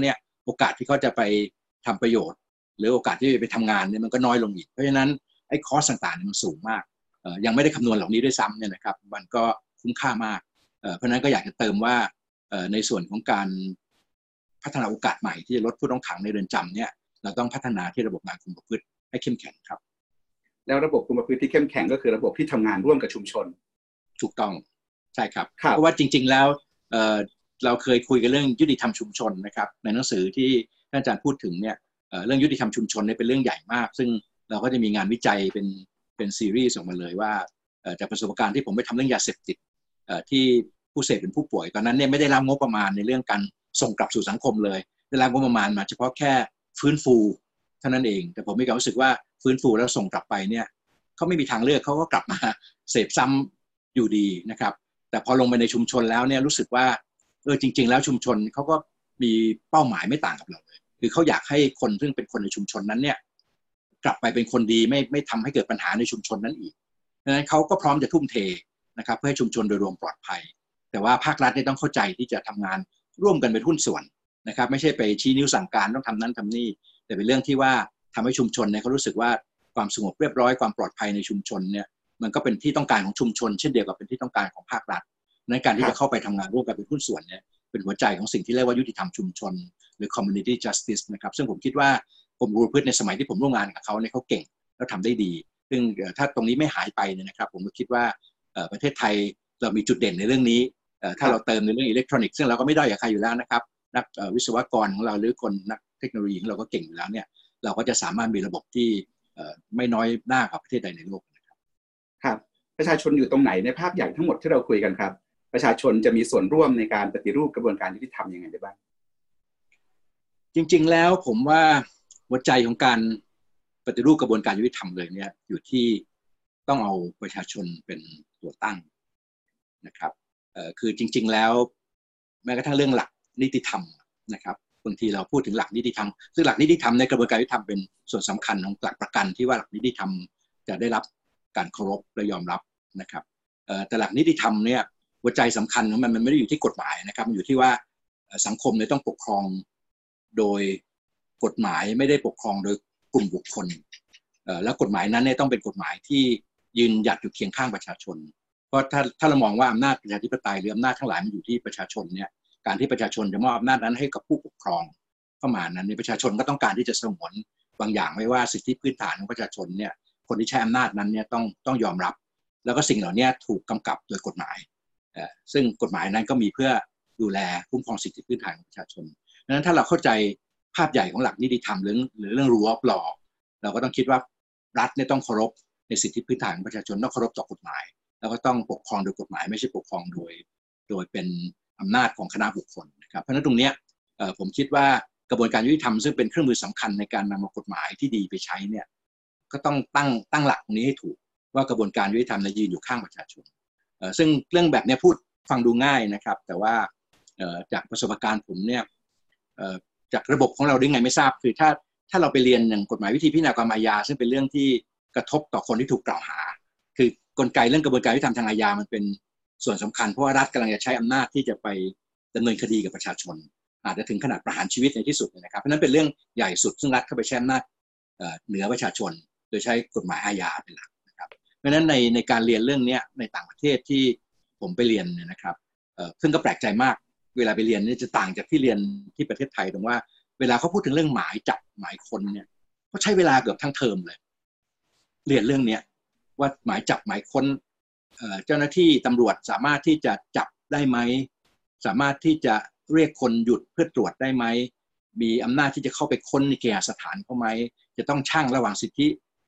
อกาสที่เขาจะไปทำประโยชน์หรือโอกาสที่ไปทำงานเนี่ยมันก็น้อยลงอีกเพราะฉะนั้นไอ้คอสต่างๆมันสูงมากยังไม่ได้คำนวณเหล่านี้ด้วยซ้ำเนี่ยนะครับมันก็คุ้มค่ามากเพราะฉะนั้นก็อยากจะเติมว่าในส่วนของการพัฒนาโอกาสใหม่ที่จะลดผู้ต้องขังในเรือนจำเนี่ยเราต้องพัฒนาที่ระบบงานคุมประพฤติให้เข้มแข็งครับแล้วระบบคุมประพฤติที่เข้มแข็งก็คือระบบที่ทำงานร่วมกับชุมชนถูกต้องใช่ครับเพราะว่าจริงๆแล้วเราเคยคุยกันเรื่องยุติธรรมชุมชนนะครับในหนังสือที่ท่านอาจารย์พูดถึงเนี่ยเรื่องยุติธรรมชุมชนเนี่ยเป็นเรื่องใหญ่มากซึ่งเราก็จะมีงานวิจัยเป็นซีรีส์ออกมาเลยว่าจากประสบการณ์ที่ผมไปทำเรื่องยาเสพติดที่ผู้เสพเป็นผู้ป่วยตอนนั้นเนี่ยไม่ได้รับงบประมาณในเรื่องการส่งกลับสู่สังคมเลยได้รับงบประมาณมาเฉพาะแค่ฟื้นฟูเท่านั้นเองแต่ผมมีความรู้สึกว่าฟื้นฟูแล้วส่งกลับไปเนี่ยเขาไม่มีทางเลือกเขาก็กลับมาเสพซ้ำอยู่ดีนะครับแต่พอลงไปในชุมชนแล้วเนี่ยรู้สึกว่าจริงๆแล้วชุมชนเขาก็มีเป้าหมายไม่ต่างกับเราเลยคือเขาอยากให้คนซึ่งเป็นคนในชุมชนนั้นเนี่ยกลับไปเป็นคนดีไม่ทำให้เกิดปัญหาในชุมชนนั้นอีกดังนั้นเขาก็พร้อมจะทุ่มเทนะครับเพื่อให้ชุมชนโดยรวมปลอดภัยแต่ว่าภาครัฐเนี่ยต้องเข้าใจที่จะทำงานร่วมกันเป็นหุ้นส่วนนะครับไม่ใช่ไปชี้นิ้วสั่งการต้องทำนั้นทำนี่แต่เป็นเรื่องที่ว่าทำให้ชุมชนเนี่ยเขารู้สึกว่าความสงบเรียบร้อยความปลอดภัยในชุมชนเนี่ยมันก็เป็นที่ต้องการของชุมชนเช่นเดียวกับเป็นที่ต้องการของภาครัฐในการที่จะเข้าไปทำงานร่วมกันเป็นหุ้นส่วนเนี่ยเป็นหัวใจของสิ่งที่เรียกว่ายุติธรรมชุมชนหรือ community justice นะครับซึ่งผมคิดว่ากรมคุมประพฤติในสมัยที่ผมร่วมงานกับเขาเนี่ยเขาเก่งแล้วทำได้ดีซึ่งถ้าตรงนี้ไม่หายไปเนี่ยนะครับผมก็คิดว่าประเทศไทยเรามีจุดเด่นในเรื่องนี้ถ้าเราเติมในเรื่องอิเล็กทรอนิกส์ซึ่งเราก็ไม่ด้อยกว่าใครอยู่แล้วนะครับนักวิศวกรของเราหรือคนนักเทคโนโลยีของเราก็เก่งอยู่แล้วเนี่ยเราก็จะสามารถมีระบบที่ไม่น้อยหน้ากว่าประเทศใดในโลกนะครับครับประชาชนอยู่ตรงไหนในภาพใหญ่ทั้งหมดที่เราคุยกันครับประชาชนจะมีส่วนร่วมในการปฏิรูปกระบวนการยุติธรรมยังไงได้บ้างจริงๆแล้วผมว่าหัวใจของการปฏิรูปกระบวนการยุติธรรมเลยเนี่ยอยู่ที่ต้องเอาประชาชนเป็นตัวตั้งนะครับคือจริงๆแล้วแม้กระทั่งเรื่องหลักนิติธรรมนะครับบางทีเราพูดถึงหลักนิติธรรมซึ่งหลักนิติธรรมในกระบวนการยุติธรรมเป็นส่วนสำคัญของหลักประกันที่ว่าหลักนิติธรรมจะได้รับการเคารพและยอมรับนะครับแต่หลักนิติธรรมเนี่ยหัวใจสำคัญของมันไม่ได้อยู่ที่กฎหมายนะครับมันอยู่ที่ว่าสังคมเนี่ยต้องปกครองโดยกฎหมายไม่ได้ปกครองโดยกลุ่มบุคคลแล้วกฎหมายนั้นเนี่ยต้องเป็นกฎหมายที่ยืนหยัดอยู่เคียงข้างประชาชนเพราะถ้าเรามองว่าอำนาจประชาธิปไตยหรืออำนาจทั้งหลายมันอยู่ที่ประชาชนเนี่ยการที่ประชาชนจะมอบอำนาจนั้นให้กับผู้ปกครองเข้ามานั้นในประชาชนก็ต้องการที่จะสงวนบางอย่างไว้ว่าสิทธิพื้นฐานของประชาชนเนี่ยคนที่ใช้อำนาจนั้นเนี่ยต้องยอมรับแล้วก็สิ่งเหล่านี้ถูกกำกับโดยกฎหมายซึ่งกฎหมายนั้นก็มีเพื่อดูแลคุ้มครองสิทธิพื้นฐานของประชาชนดังนั้นถ้าเราเข้าใจภาพใหญ่ของหลักนิติธรรมหรือเรื่อง rule of law เราก็ต้องคิดว่ารัฐเนี่ยต้องเคารพในสิทธิพื้นฐานของประชาชนต้องเคารพต่อกฎหมายแล้วก็ต้องปกครองโดยกฎหมายไม่ใช่ปกครองโดยเป็นอำนาจของคณะบุคคลนะครับเพราะฉะนั้นตรงนี้ผมคิดว่ากระบวนการยุติธรรมซึ่งเป็นเครื่องมือสำคัญในการนำกฎหมายที่ดีไปใช้เนี่ยก็ต้องตั้งหลักตรงนี้ให้ถูกว่ากระบวนการยุติธรรมยืนอยู่ข้างประชาชนซึ่งเรื่องแบบนี้พูดฟังดูง่ายนะครับแต่ว่าจากประสบการณ์ผมเนี่ยจากระบบของเราได้ไงไม่ทราบคือถ้าเราไปเรียนอย่างกฎหมายวิธีพิจารณาความอาญาซึ่งเป็นเรื่องที่กระทบต่อคนที่ถูกกล่าวหาคือกลไกเรื่องกระบวนการยุติธรรมทางอาญามันเป็นส่วนสำคัญเพราะว่ารัฐกำลังจะใช้อำนาจที่จะไปดำเนินคดีกับประชาชนอาจจะถึงขนาดประหารชีวิตในที่สุดนะครับเพราะนั้นเป็นเรื่องใหญ่สุดซึ่งรัฐเข้าไปใช้อำนาจเหนือประชาชนโดยใช้กฎหมายอาญาเป็นหลักนะครับเพราะฉะนั้นในการเรียนเรื่องนี้ในต่างประเทศที่ผมไปเรียนเนี่ยนะครับซึ่งก็แปลกใจมากเวลาไปเรียนนี่จะต่างจากที่เรียนที่ประเทศไทยตรงว่าเวลาเขาพูดถึงเรื่องหมายจับหมายค้นเนี่ยเขาใช้เวลาเกือบทั้งเทอมเลยเรียนเรื่องนี้ว่าหมายจับหมายค้นเจ้าหน้าที่ตำรวจสามารถที่จะจับได้ไหมสามารถที่จะเรียกคนหยุดเพื่อตรวจได้ไหมมีอำนาจที่จะเข้าไปค้นในเคหสถานเขาไหมจะต้องชั่งระหว่างสิทธิ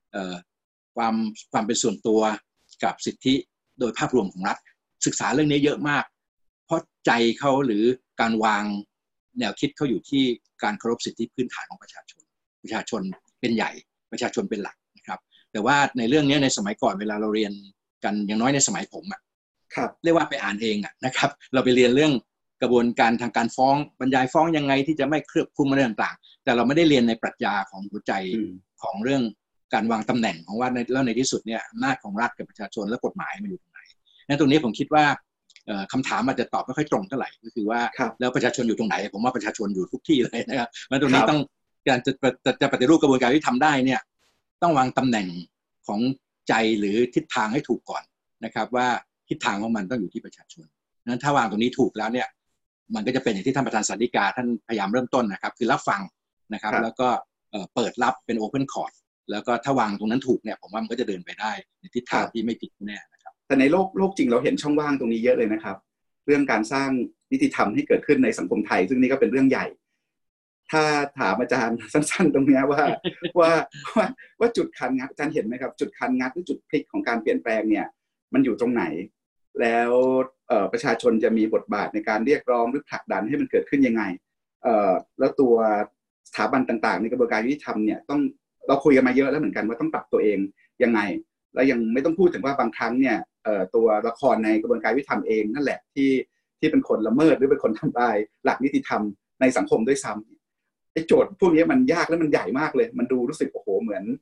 ความเป็นส่วนตัวกับสิทธิโดยภาพรวมของรัฐศึกษาเรื่องนี้เยอะมากเพราะใจเขาหรือการวางแนวคิดเขาอยู่ที่การเคารพสิทธิพื้นฐานของประชาชนเป็นใหญ่ประชาชนเป็นหลักนะครับแต่ว่าในเรื่องนี้ในสมัยก่อนเวลาเราเรียนกันอย่างน้อยในสมัยผมเรียกว่าไปอ่านเองนะครับเราไปเรียนเรื่องกระบวนการทางการฟ้องบรรยายฟ้องยังไงที่จะไม่เคลือบคลุมอะไรต่างๆแต่เราไม่ได้เรียนในปรัชญาของหัวใจของเรื่องการวางตำแหน่งของว่าแล้วในที่สุดเนี่ยอำนาจของรัฐกับประชาชนและกฎหมายมันอยู่ตรงไหนนั่นตรงนี้ผมคิดว่าคำถามอาจจะตอบไม่ค่อยตรงเท่าไหร่ก็คือว่าแล้วประชาชนอยู่ตรงไหนผมว่าประชาชนอยู่ทุกที่เลยนะครับมันตรงนี้ต้องการจะปฏิรูปกระบวนการที่ทำได้เนี่ยต้องวางตำแหน่งของใจหรือทิศทางให้ถูกก่อนนะครับว่าทิศทางของมันต้องอยู่ที่ประชาชนนั้นถ้าวางตรงนี้ถูกแล้วเนี่ยมันก็จะเป็นอย่างที่ท่านประธานสันติกาท่านพยายามเริ่มต้นนะครับคือรับฟังนะครับแล้วก็เปิดรับเป็น Open Court แล้วก็ถ้าวางตรงนั้นถูกเนี่ยผมว่ามันก็จะเดินไปได้ในทิศทางที่ไม่ผิดแน่นะครับแต่ในโลกจริงเราเห็นช่องว่างตรงนี้เยอะเลยนะครับเรื่องการสร้างนิติธรรมให้เกิดขึ้นในสังคมไทยซึ่งนี่ก็เป็นเรื่องใหญ่ถ้าถามอาจารย์สั้นๆตรงนี้ว่าจุดคันงัดอาจารย์เห็นไหมครับจุดคันงัดหรือจุดพลิกของการเปลี่ยนแปลงเนี่ยมันอยู่ตรงไหนแล้วประชาชนจะมีบทบาทในการเรียกร้องหรือผลักดันให้มันเกิดขึ้นยังไงแล้วตัวสถาบันต่างๆในกระบวนการยุติธรรมเนี่ยต้องเราคุยกันมาเยอะแล้วเหมือนกันว่าต้องปรับตัวเองยังไงแล้วยังไม่ต้องพูดถึงว่าบางครั้งเนี่ยตัวละครในกระบวนการยุติธรรมเองนั่นแหละที่เป็นคนละเมิดหรือเป็นคนทำลายหลักนิติธรรมในสังคมด้วยซ้ำไอ้โจทย์พวกนี้มันยากและมันใหญ่มากเลยมันดูรู้สึกโอ้โหเหมือน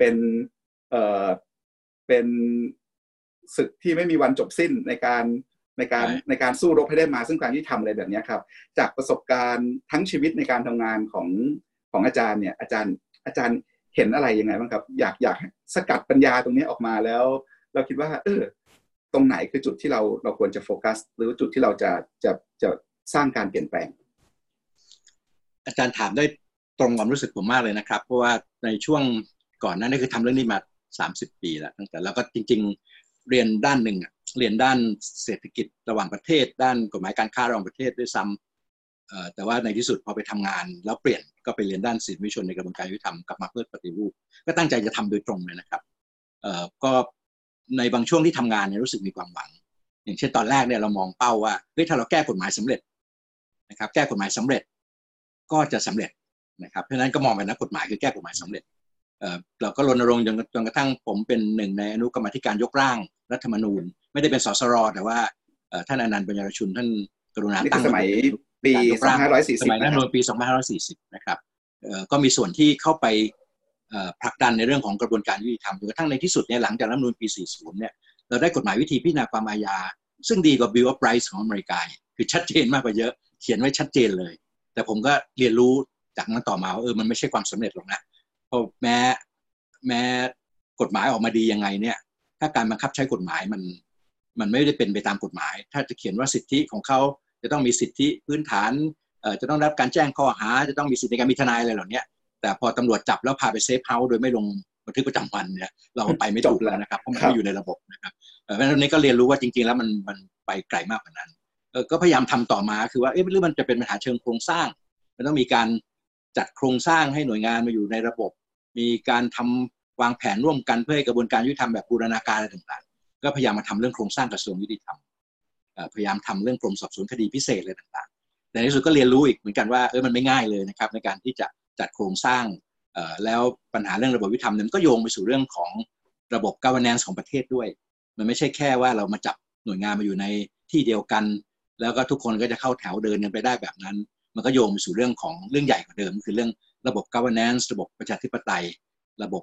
เป็นศึกที่ไม่มีวันจบสิ้นในการสู้รบให้ได้มาซึ่งการที่ทำอะไรแบบนี้ครับจากประสบการณ์ทั้งชีวิตในการทำงานของอาจารย์เนี่ยอาจารย์เห็นอะไรยังไงบ้างครับอยากสกัดปัญญาตรงนี้ออกมาแล้วเราคิดว่าตรงไหนคือจุดที่เราควรจะโฟกัสหรือจุดที่เราจะสร้างการเปลี่ยนแปลงอาจารย์ถามได้ตรงความรู้สึกผมมากเลยนะครับเพราะว่าในช่วงก่อนนั้นนี่คือทำเรื่องนี้มา30 ปีแล้วตั้งแต่แล้วก็จริงๆเรียนด้านหนึ่งเรียนด้านเศรษฐกิจระหว่างประเทศด้านกฎหมายการค้าระหว่างประเทศด้วยซ้ำแต่ว่าในที่สุดพอไปทำงานแล้วเปลี่ยนก็ไปเรียนด้านสิทธิมนุษยชนในกระบวนการยุติธรรมกลับมาเพื่อปฏิรูปก็ตั้งใจจะทำโดยตรงเลยนะครับก็ในบางช่วงที่ทำงานเนี่ยรู้สึกมีความหวังอย่างเช่นตอนแรกเนี่ยเรามองเป้าว่าเฮ้ยถ้าเราแก้กฎหมายสำเร็จนะครับแก้กฎหมายสำเร็จก็จะสำเร็จนะครับเพราะฉะนั้นก็มองเป็นนักกฎหมายคือแก้กฎหมายสำเร็จเราก็รณรงค์จนกระทั่งผมเป็นหนึ่งในอนุกรรมาธิการยกร่างรัฐธรรมนูญไม่ได้เป็นสสรแต่ว่าท่านอนันต์ปัญญารชุนท่านกรุณาตั้งสมัยปี2540 สมัยรัฐธรรมนูญปี2540นะครับก็มีส่วนที่เข้าไปผลักดันในเรื่องของกระบวนการยุติธรรมจนกระทั่งในที่สุดเนี่ยหลังจากรัฐธรรมนูญปี40เนี่ยเราได้กฎหมายวิธีพิจารณาความอาญาซึ่งดีกว่า Bill of Rights ของอเมริกาคือชัดเจนมากกว่าเยอะเขียนไว้ชัดเจนเลยแต่ผมก็เรียนรู้จากนั้นต่อมาว่ามันไม่ใช่ความสำเร็จหรอกนะเพราะแม้กฎหมายออกมาดียังไงเนี่ยถ้าการบังคับใช้กฎหมายมันไม่ได้เป็นไปตามกฎหมายถ้าจะเขียนว่าสิทธิของเขาจะต้องมีสิทธิพื้นฐานจะต้องรับการแจ้งข้อหาจะต้องมีสิทธิในการมีทนายอะไรเหล่านี้แต่พอตำรวจจับแล้วพาไปเซฟเฮาส์โดยไม่ลงบันทึกประจำวันเนี่ยเราไปไม่ถูกแล้วนะครับเพราะมันไม่อยู่ในระบบนะครับเพราะฉะนั้นก็เรียนรู้ว่าจริงๆแล้วมันไปไกลมากกว่านั้นก็พยายามทำต่อมาคือว่าหรือมันจะเป็นปัญหาเชิงโครงสร้างมันต้องมีการจัดโครงสร้างให้หน่วยงานมาอยู่ในระบบมีการวางแผนร่วมกันเพื่อให้กระบวนการยุติธรรมแบบบูรณาการอะไรต่างๆก็พยายามมาทำเรื่องโครงสร้างกระทรวงยุติธรรมพยายามทำเรื่องกรมสอบสวนคดีพิเศษอะไรต่างๆแต่ในที่สุดก็เรียนรู้อีกเหมือนกันว่ามันไม่ง่ายเลยนะครับในการที่จะจัดโครงสร้างแล้วปัญหาเรื่องระบบยุติธรรมนั้นก็โยงไปสู่เรื่องของระบบ governance ของประเทศด้วยมันไม่ใช่แค่ว่าเรามาจับหน่วยงานมาอยู่ในที่เดียวกันแล้วก็ทุกคนก็จะเข้าแถวเดินกันไปได้แบบนั้นมันก็โยงไปสู่เรื่องของเรื่องใหญ่กว่าเดิมคือเรื่องระบบ governance ระบบประชาธิปไตยระบบ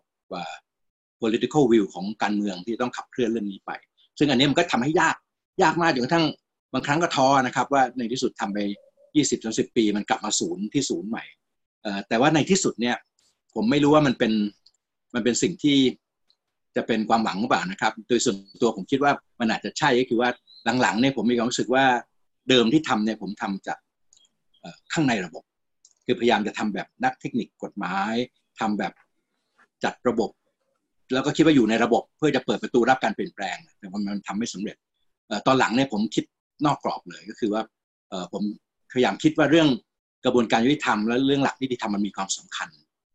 political will ของการเมืองที่ต้องขับเคลื่อนเรื่องนี้ไปซึ่งอันนี้มันก็ทำให้ยากมากจนกระทั่งบางครั้งก็ท้อนะครับว่าในที่สุดทำไป 20-30 ปีมันกลับมาศูนย์ใหม่แต่ว่าในที่สุดเนี่ยผมไม่รู้ว่ามันเป็นสิ่งที่จะเป็นความหวังหรือเปล่านะครับโดยส่วนตัวผมคิดว่ามันอาจจะใช่ก็คือว่าหลังๆเนี่ยผมมีความรู้สึกว่าเดิมที่ทำเนี่ยผมทำจากข้างในระบบคือพยายามจะทำแบบนักเทคนิคกฎหมายทำแบบจัดระบบแล้วก็คิดว่าอยู่ในระบบเพื่อจะเปิดประตูรับการเปลี่ยนแปลงแต่มันทำไม่สำเร็จตอนหลังเนี่ยผมคิดนอกกรอบเลยก็คือว่าผมพยายามคิดว่าเรื่องกระบวนการยุติธรรมและเรื่องหลักนิติธรรมมันมีความสำคัญ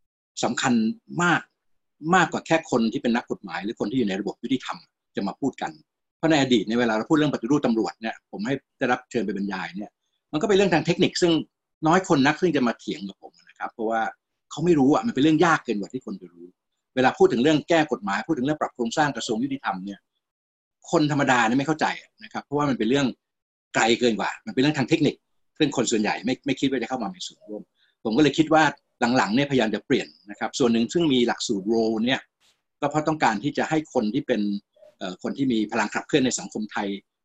มากกว่าแค่คนที่เป็นนักกฎหมายหรือคนที่อยู่ในระบบยุติธรรมจะมาพูดกันเพราะในอดีตในเวลาเราพูดเรื่องปฏิรูปตำรวจเนี่ยผมให้ได้รับเชิญไปบรรยายเนี่ยมันก็เป็นเรื่องทางเทคนิคซึ่งน้อยคนนักซึ่งจะมาเถียงกับผมนะครับเพราะว่าเขาไม่รู้มันเป็นเรื่องยากเกินกว่าที่คนจะรู้เวลาพูดถึงเรื่องแก้กฎหมายพูดถึงเรื่องปรับโครงสร้างกระทรวงยุติธรรมเนี่ยคนธรรมดาเนี่ยไม่เข้าใจนะครับเพราะว่ามันเป็นเรื่องไกลเกินกว่ามันเป็นเรื่องทางเทคนิคซึ่งคนส่วนใหญ่ไม่คิดว่าจะเข้ามามีส่วนร่วมผมก็เลยคิดว่าหลังๆเนี่ยพยายามจะเปลี่ยนนะครับส่วนหนึ่งซึ่งมีหลักสูตรโรเนี่ยก็เพราะต้องการที่จะให้คนที่เป็นคนที่มีพลังขับเคลื่อนในสังคมไทย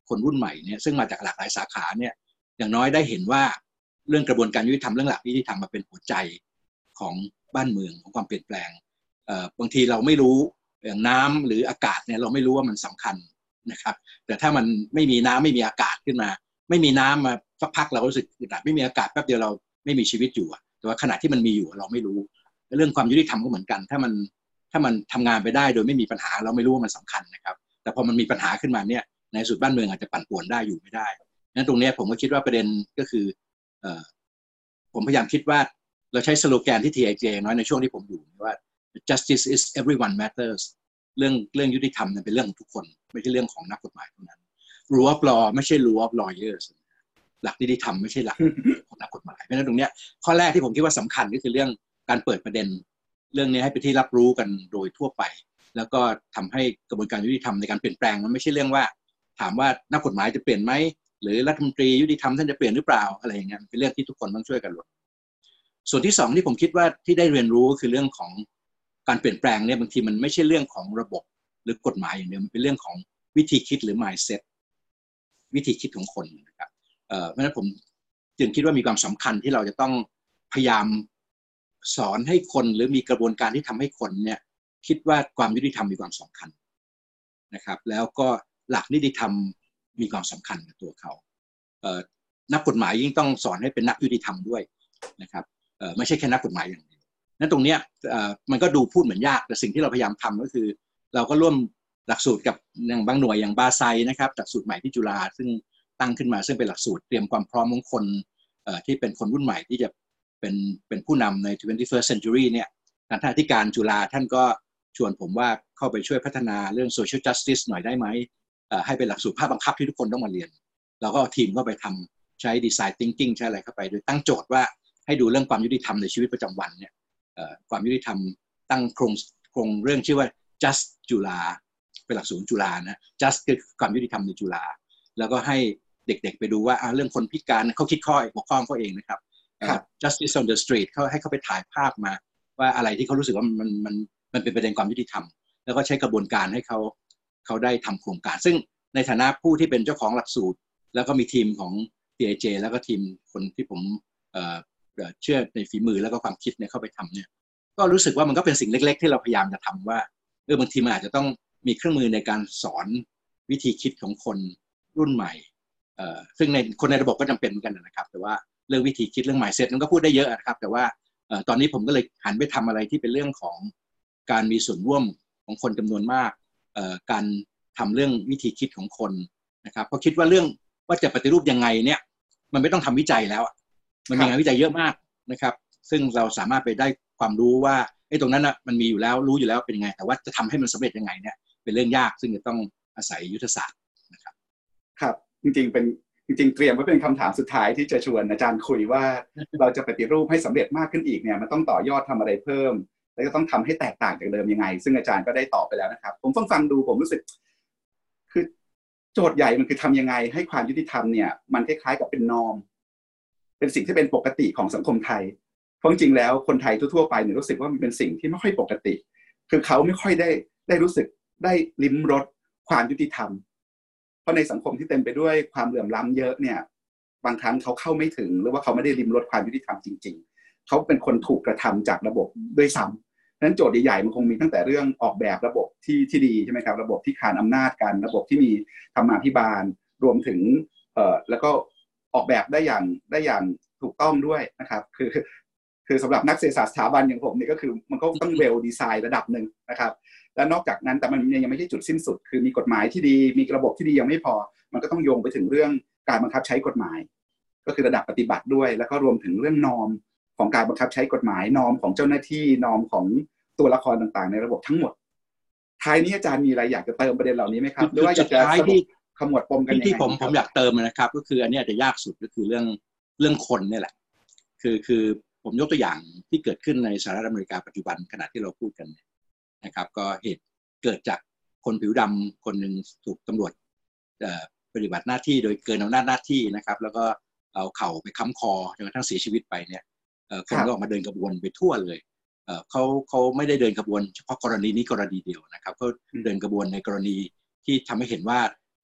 คนรุ่นใหม่เนี่ยซึ่งมาจากหลากหลายสาขาเนี่ยอย่างน้อยได้เห็นว่าเรื่องกระบวนการยุติธรรมเรื่องหลักยุติธรรมมาเป็นหัวใจของบ้านเมืองของความเปลี่ยนแปลงบางทีเราไม่รู้อย่างน้ำหรืออากาศเนี่ยเราไม่รู้ว่ามันสำคัญนะครับแต่ถ้ามันไม่มีน้ำไม่มีอากาศขึ้นมาไม่มีน้ำมาสักพักเรารู้สึกอึดอัดไม่มีอากาศแป๊บเดียวเราไม่มีชีวิตอยู่แต่ว่าขณะที่มันมีอยู่เราไม่รู้เรื่องความยุติธรรมก็เหมือนกันถ้ามันทำงานไปได้โดยไม่มีปัญหาเราไม่รู้ว่ามันสำคัญนะครับแต่พอมันมีปัญหาขึ้นมาเนี่ยในสุดบ้านเมืองอาจจะปั่นป่วนได้อยู่ไม่ได้นั้นตรงนี้ผมก็คิดว่าประเด็นก็คือผมพยายามคิดว่าเราใช้สโลแกนที่ TIJ น้อยในช่วงที่ผมอยู่ว่า justice is everyone matters เรื่องยุติธรรมเป็นเรื่องของทุกคนไม่ใช่เรื่องของนักกฎหมายเท่านั้น rule of law ไม่ใช่ rule of lawyers หลักนิติธรรมไม่ใช่หลักของนักกฎหมายเพราะฉะนั้นตรงนี้ข้อแรกที่ผมคิดว่าสำคัญก็คือเรื่องการเปิดประเด็นเรื่องนี้ให้เป็นที่รับรู้กันโดยทั่วไปแล้วก็ทำให้กระบวนการยุติธรรมในการเปลี่ยนแปลงมันไม่ใช่เรื่องว่าถามว่านักกฎหมายจะเปลี่ยนไหมหรือรัฐมนตรียุติธรรมท่านจะเปลี่ยนหรือเปล่าอะไรอย่างเงี้ยเป็นเรื่องที่ทุกคนต้องช่วยกันลดส่วนที่สองที่ผมคิดว่าที่ได้เรียนรู้คือเรื่องของการเปลี่ยนแปลงเนี่ยบางทีมันไม่ใช่เรื่องของระบบหรือกฎหมายอย่างเดียวมันเป็นเรื่องของวิธีคิดหรือ mindset วิธีคิดของคนนะครับเพราะฉะนั้นผมจึงคิดว่ามีความสำคัญที่เราจะต้องพยายามสอนให้คนหรือมีกระบวนการที่ทำให้คนเนี่ยคิดว่าความยุติธรรมมีความสำคัญนะครับแล้วก็หลักนิติธรรมมีความสำคัญกับตัวเขานักกฎหมายยิ่งต้องสอนให้เป็นนักยุติธรรมด้วยนะครับไม่ใช่แค่นักกฎหมายอย่างเดียวนั้นตรงนี้มันก็ดูพูดเหมือนยากแต่สิ่งที่เราพยายามทำก็คือเราก็ร่วมหลักสูตรกับอย่างบางหน่วยอย่างบาไซนะครับหลักสูตรใหม่ที่จุฬาซึ่งตั้งขึ้นมาซึ่งเป็นหลักสูตรเตรียมความพร้อมของคนที่เป็นคนรุ่นใหม่ที่จะเป็นผู้นำใน 21st century เนี่ยท่านอธิการจุฬาท่านก็ชวนผมว่าเข้าไปช่วยพัฒนาเรื่อง social justice หน่อยได้ไหมให้เป็นหลักสูตรภาคบังคับที่ทุกคนต้องมาเรียนเราก็ทีมก็ไปทำใช้ design thinking ใช้อะไรเข้าไปโดยตั้งโจทย์ว่าให้ดูเรื่องความยุติธรรมในชีวิตประจำวันเนี่ยความยุติธรรมตั้งโครงเรื่องชื่อว่า just จุฬาเป็นหลักสูตรจุฬานะ just คือความยุติธรรมในจุฬาแล้วก็ให้เด็กๆไปดูว่าเรื่องคนพิการเขาคิดข้อหัวข้อเขาเองนะครับjustice on the street เขาให้เขาไปถ่ายภาพมาว่าอะไรที่เขารู้สึกว่ามันเป็นประเด็นความยุติธรรมแล้วก็ใช้กระบวนการให้เขาได้ทำโครงการซึ่งในฐานะผู้ที่เป็นเจ้าของหลักสูตรแล้วก็มีทีมของ TIJ แล้วก็ทีมคนที่ผมเชื่อในฝีมือแล้วก็ความคิดเนี่ยเข้าไปทำเนี่ยก็รู้สึกว่ามันก็เป็นสิ่งเล็กๆที่เราพยายามจะทำว่าบางทีมันอาจจะต้องมีเครื่องมือในการสอนวิธีคิดของคนรุ่นใหม่ซึ่งในคนในระบบก็จำเป็นเหมือนกันนะครับแต่ว่าเรื่องวิธีคิดเรื่อง mindset มันก็พูดได้เยอะนะครับแต่ว่าตอนนี้ผมก็เลยหันไปทำอะไรที่เป็นเรื่องของการมีส่วนร่วมของคนจำนวนมากการทำเรื่องวิธีคิดของคนนะครับเพราะคิดว่าเรื่องว่าจะปฏิรูปยังไงเนี่ยมันไม่ต้องทำวิจัยแล้วมันมีงานวิจัยเยอะมากนะครับซึ่งเราสามารถไปได้ความรู้ว่าตรงนั้นนะมันมีอยู่แล้วรู้อยู่แล้วเป็นยังไงแต่ว่าจะทำให้มันสำเร็จยังไงเนี่ยเป็นเรื่องยากซึ่งจะต้องอาศัยยุทธศาสตร์นะครับครับจริงๆเตรียมไว้เป็นคำถามสุดท้ายที่จะชวนอาจารย์คุยว่าเราจะปฏิรูปให้สำเร็จมากขึ้นอีกเนี่ยมันต้องต่อยอดทำอะไรเพิ่มแล้วก็ต้องทำให้แตกต่างจากเดิมยังไงซึ่งอาจารย์ก็ได้ตอบไปแล้วนะครับผมฟังดูผมรู้สึกคือโจทย์ใหญ่มันคือทำยังไงให้ความยุติธรรมเนี่ยมันคล้ายๆกับเป็นนอร์มเป็นสิ่งที่เป็นปกติของสังคมไทยเพราะจริงๆแล้วคนไทยทั่วๆไปเนี่ยรู้สึกว่ามันเป็นสิ่งที่ไม่ค่อยปกติคือเขาไม่ค่อยได้รู้สึกได้ลิ้มรสความยุติธรรมเพราะในสังคมที่เต็มไปด้วยความเหลื่อมล้ำเยอะเนี่ยบางครั้งเขาเข้าไม่ถึงหรือว่าเขาไม่ได้ลิ้มรสความยุติธรรมจริงๆเขาเป็นคนถูกกระทำจากระบบด้วยซ้ำนั้นโจทย์ใหญ่ๆมันคงมีตั้งแต่เรื่องออกแบบระบบที่ดีใช่ไหมครับระบบที่ขานอำนาจกันระบบที่มีธรรมาภิบาลรวมถึงแล้วก็ออกแบบได้อย่างถูกต้องด้วยนะครับคือสำหรับนักเศรษฐศาสตร์สถาบันอย่างผมเนี่ยก็คือมันก็ต้องเวลดีไซน์ระดับหนึ่งนะครับและนอกจากนั้นแต่มันยังไม่ใช่จุดสิ้นสุดคือมีกฎหมายที่ดีมีระบบที่ดียังไม่พอมันก็ต้องโยงไปถึงเรื่องการบังคับใช้กฎหมายก็คือระดับปฏิบัติด้วยแล้วก็รวมถึงเรื่องนอร์มของการบังคับใช้กฎหมายนอร์มของเจ้าหน้าที่นอร์มของตัวละครต่างๆในระบบทั้งหมดท้ายนี้อาจารย์มีอะไรอยากจะเติมประเด็นเหล่านี้ไหมครับหรือว่าอยากจะสรุปขมวดปมกันยังไงที่ผมอยากเติมนะครับก็คืออันนี้อาจจะยากสุดก็คือเรื่องคนนี่แหละคือผมยกตัวอย่างที่เกิดขึ้นในสหรัฐอเมริกาปัจจุบันขณะที่เราพูดกันนะครับก็เหตุเกิดจากคนผิวดำคนหนึ่งถูกตำรวจปฏิบัติหน้าที่โดยเกินอำนาจหน้าที่นะครับแล้วก็เอาเข่าไปค้ำคอจนกระทั่งเสียชีวิตไปเนี่ยคนก็ออกมาเดินขบวนไปทั่วเลยเขาไม่ได้เดินขบวนเฉพาะกรณีนี้กรณีเดียวนะครับเขาเดินขบวนในกรณีที่ทำให้เห็นว่า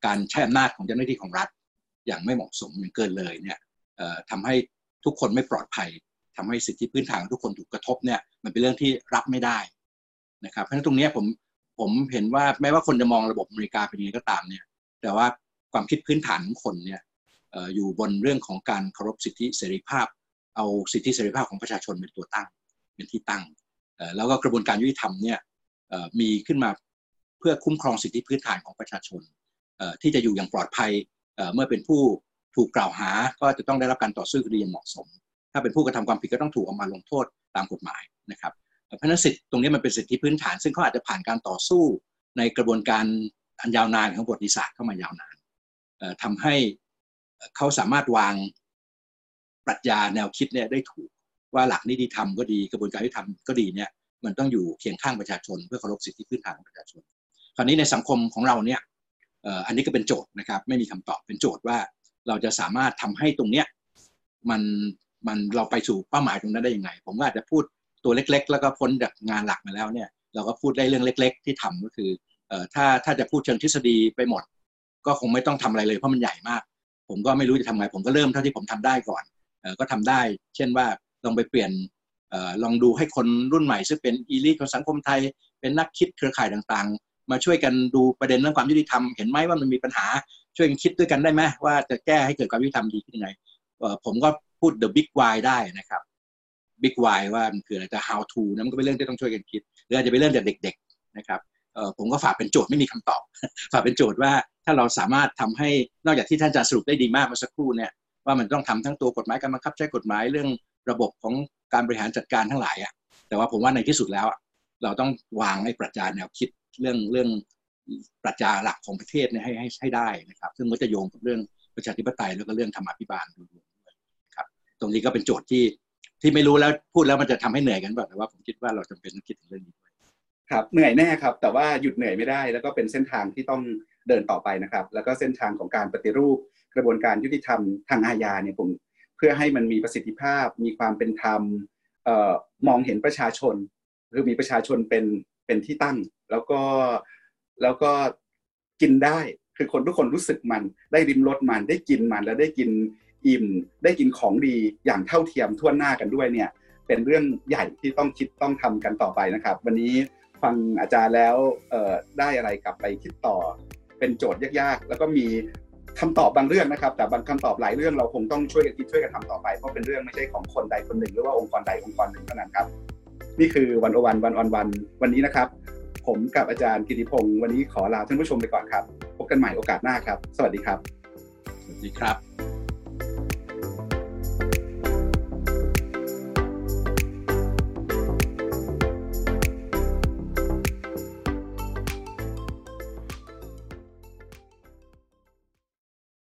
การใช้อำนาจของเจ้าหน้าที่ของรัฐอย่างไม่เหมาะสมอย่างเกินเลยเนี่ยทำให้ทุกคนไม่ปลอดภัยทำให้สิทธิพื้นฐานของทุกคนถูกกระทบเนี่ยมันเป็นเรื่องที่รับไม่ได้นะครับเพราะฉะนั้นตรงนี้ผมเห็นว่าแม้ว่าคนจะมองระบบอเมริกาเป็นยังไงก็ตามเนี่ยแต่ว่าความคิดพื้นฐานของคนเนี่ยอยู่บนเรื่องของการเคารพสิทธิเสรีภาพเอาสิทธิเสรีภาพของประชาชนเป็นตัวตั้งเป็นที่ตั้งแล้วก็กระบวนการยุติธรรมเนี่ยมีขึ้นมาเพื่อคุ้มครองสิทธิพื้นฐานของประชาชนที่จะอยู่อย่างปลอดภัยเมื่อเป็นผู้ถูกกล่าวหาก็จะต้องได้รับการต่อสู้คดีอย่างเหมาะสมถ้าเป็นผู้กระทำความผิดก็ต้องถูกเอามาลงโทษตามกฎหมายนะครับเพราะฉะนั้นสิทธิตรงนี้มันเป็นสิทธิพื้นฐานซึ่งเขาอาจจะผ่านการต่อสู้ในกระบวนการอันยาวนานของประวัติศาสตร์เข้ามายาวนานทำให้เขาสามารถวางปรัชญาแนวคิดเนี่ยได้ถูกว่าหลักนิติธรรมก็ดีกระบวนการยุติธรรมก็ดีเนี่ยมันต้องอยู่เคียงข้างประชาชนเพื่อเคารพสิทธิพื้นฐานของประชาชนคราวนี้ในสังคมของเราเนี่ยอันนี้ก็เป็นโจทย์นะครับไม่มีคำตอบเป็นโจทย์ว่าเราจะสามารถทำให้ตรงเนี้ยมันเราไปสู่เป้าหมายตรงนั้นได้ยังไงผมก็อาจจะพูดตัวเล็กๆแล้วก็พ้นจากงานหลักมาแล้วเนี่ยเราก็พูดได้เรื่องเล็กๆที่ทำก็คือถ้าจะพูดเชิงทฤษฎีไปหมดก็คงไม่ต้องทำอะไรเลยเพราะมันใหญ่มากผมก็ไม่รู้จะทำไงผมก็เริ่มเท่าที่ผมทำได้ก่อนก็ทำได้เช่นว่าลองไปเปลี่ยนลองดูให้คนรุ่นใหม่ซึ่งเป็นอีลิทของสังคมไทยเป็นนักคิดเครือข่ายต่างๆมาช่วยกันดูประเด็นเรื่องความยุติธรรมเห็นไหมว่ามันมีปัญหาช่วยกันคิดด้วยกันได้ไหมว่าจะแก้ให้เกิดความยุติธรรมดีขึ้นยังไงผมก็พูด the big why ได้นะครับ big why ว่ามันคืออะไรแต่ how to นั้นก็เป็นเรื่องที่ต้องช่วยกันคิดหรืออาจจะเป็นเรื่องจากเด็กๆนะครับผมก็ฝากเป็นโจทย์ไม่มีคำตอบ ฝากเป็นโจทย์ว่าถ้าเราสามารถทำให้นอกจากที่ท่านอาจารย์สรุปได้ดีมากเมื่อสักครู่เนี่ยว่ามันต้องทำทั้งตัวกฎหมายการบังคับใช้กฎหมายเรื่องระบบของการบริหารจัดการทั้งหลายอ่ะแต่ว่าผมว่าในที่สุดแล้วเราต้องวางให้ปรัชญาแนวคิดเรื่องปรัชญาหลักของประเทศเนี่ยให้ได้นะครับซึ่งมันจะโยงกับเรื่องประชาธิปไตยแล้วก็เรื่องธรรมาภิบาลด้วยครับตรงนี้ก็เป็นโจทย์ที่ไม่รู้แล้วพูดแล้วมันจะทำให้เหนื่อยกันแบบแต่ว่าผมคิดว่าเราจำเป็นต้องคิดถึงเรื่องนี้ด้วยครับเหนื่อยแน่ครับแต่ว่าหยุดเหนื่อยไม่ได้แล้วก็เป็นเส้นทางที่ต้องเดินต่อไปนะครับแล้วก็เส้นทางของการปฏิรูปกระบวนการยุติธรรมทางอาญาเนี่ยผมเพื่อให้มันมีประสิทธิภาพมีความเป็นธรรมมองเห็นประชาชนคือมีประชาชนเป็นที่ตั้งแล้วก็กินได้คือคนทุกคนรู้สึกมันได้ริมรสมันได้กินมันแล้วได้กินอิ่มได้กินของดีอย่างเท่าเทียมทั่วหน้ากันด้วยเนี่ยเป็นเรื่องใหญ่ที่ต้องคิดต้องทำกันต่อไปนะครับวันนี้ฟังอาจารย์แล้วได้อะไรกลับไปคิดต่อเป็นโจทย์ยากๆแล้วก็มีคำตอบบางเรื่องนะครับแต่บางคำตอบหลายเรื่องเราคงต้องช่วยกันคิดช่วยกันทำต่อไปเพราะเป็นเรื่องไม่ใช่ของคนใดคนหนึ่งหรือว่าองค์กรใดองค์กรหนึ่งเท่านั้นครับนี่คือวันนี้นะครับผมกับอาจารย์กิติพงศ์วันนี้ขอลาท่านผู้ชมไปก่อนครับพบกันใหม่โอกาสหน้าครับสวัสดีครับสวัสดีครับ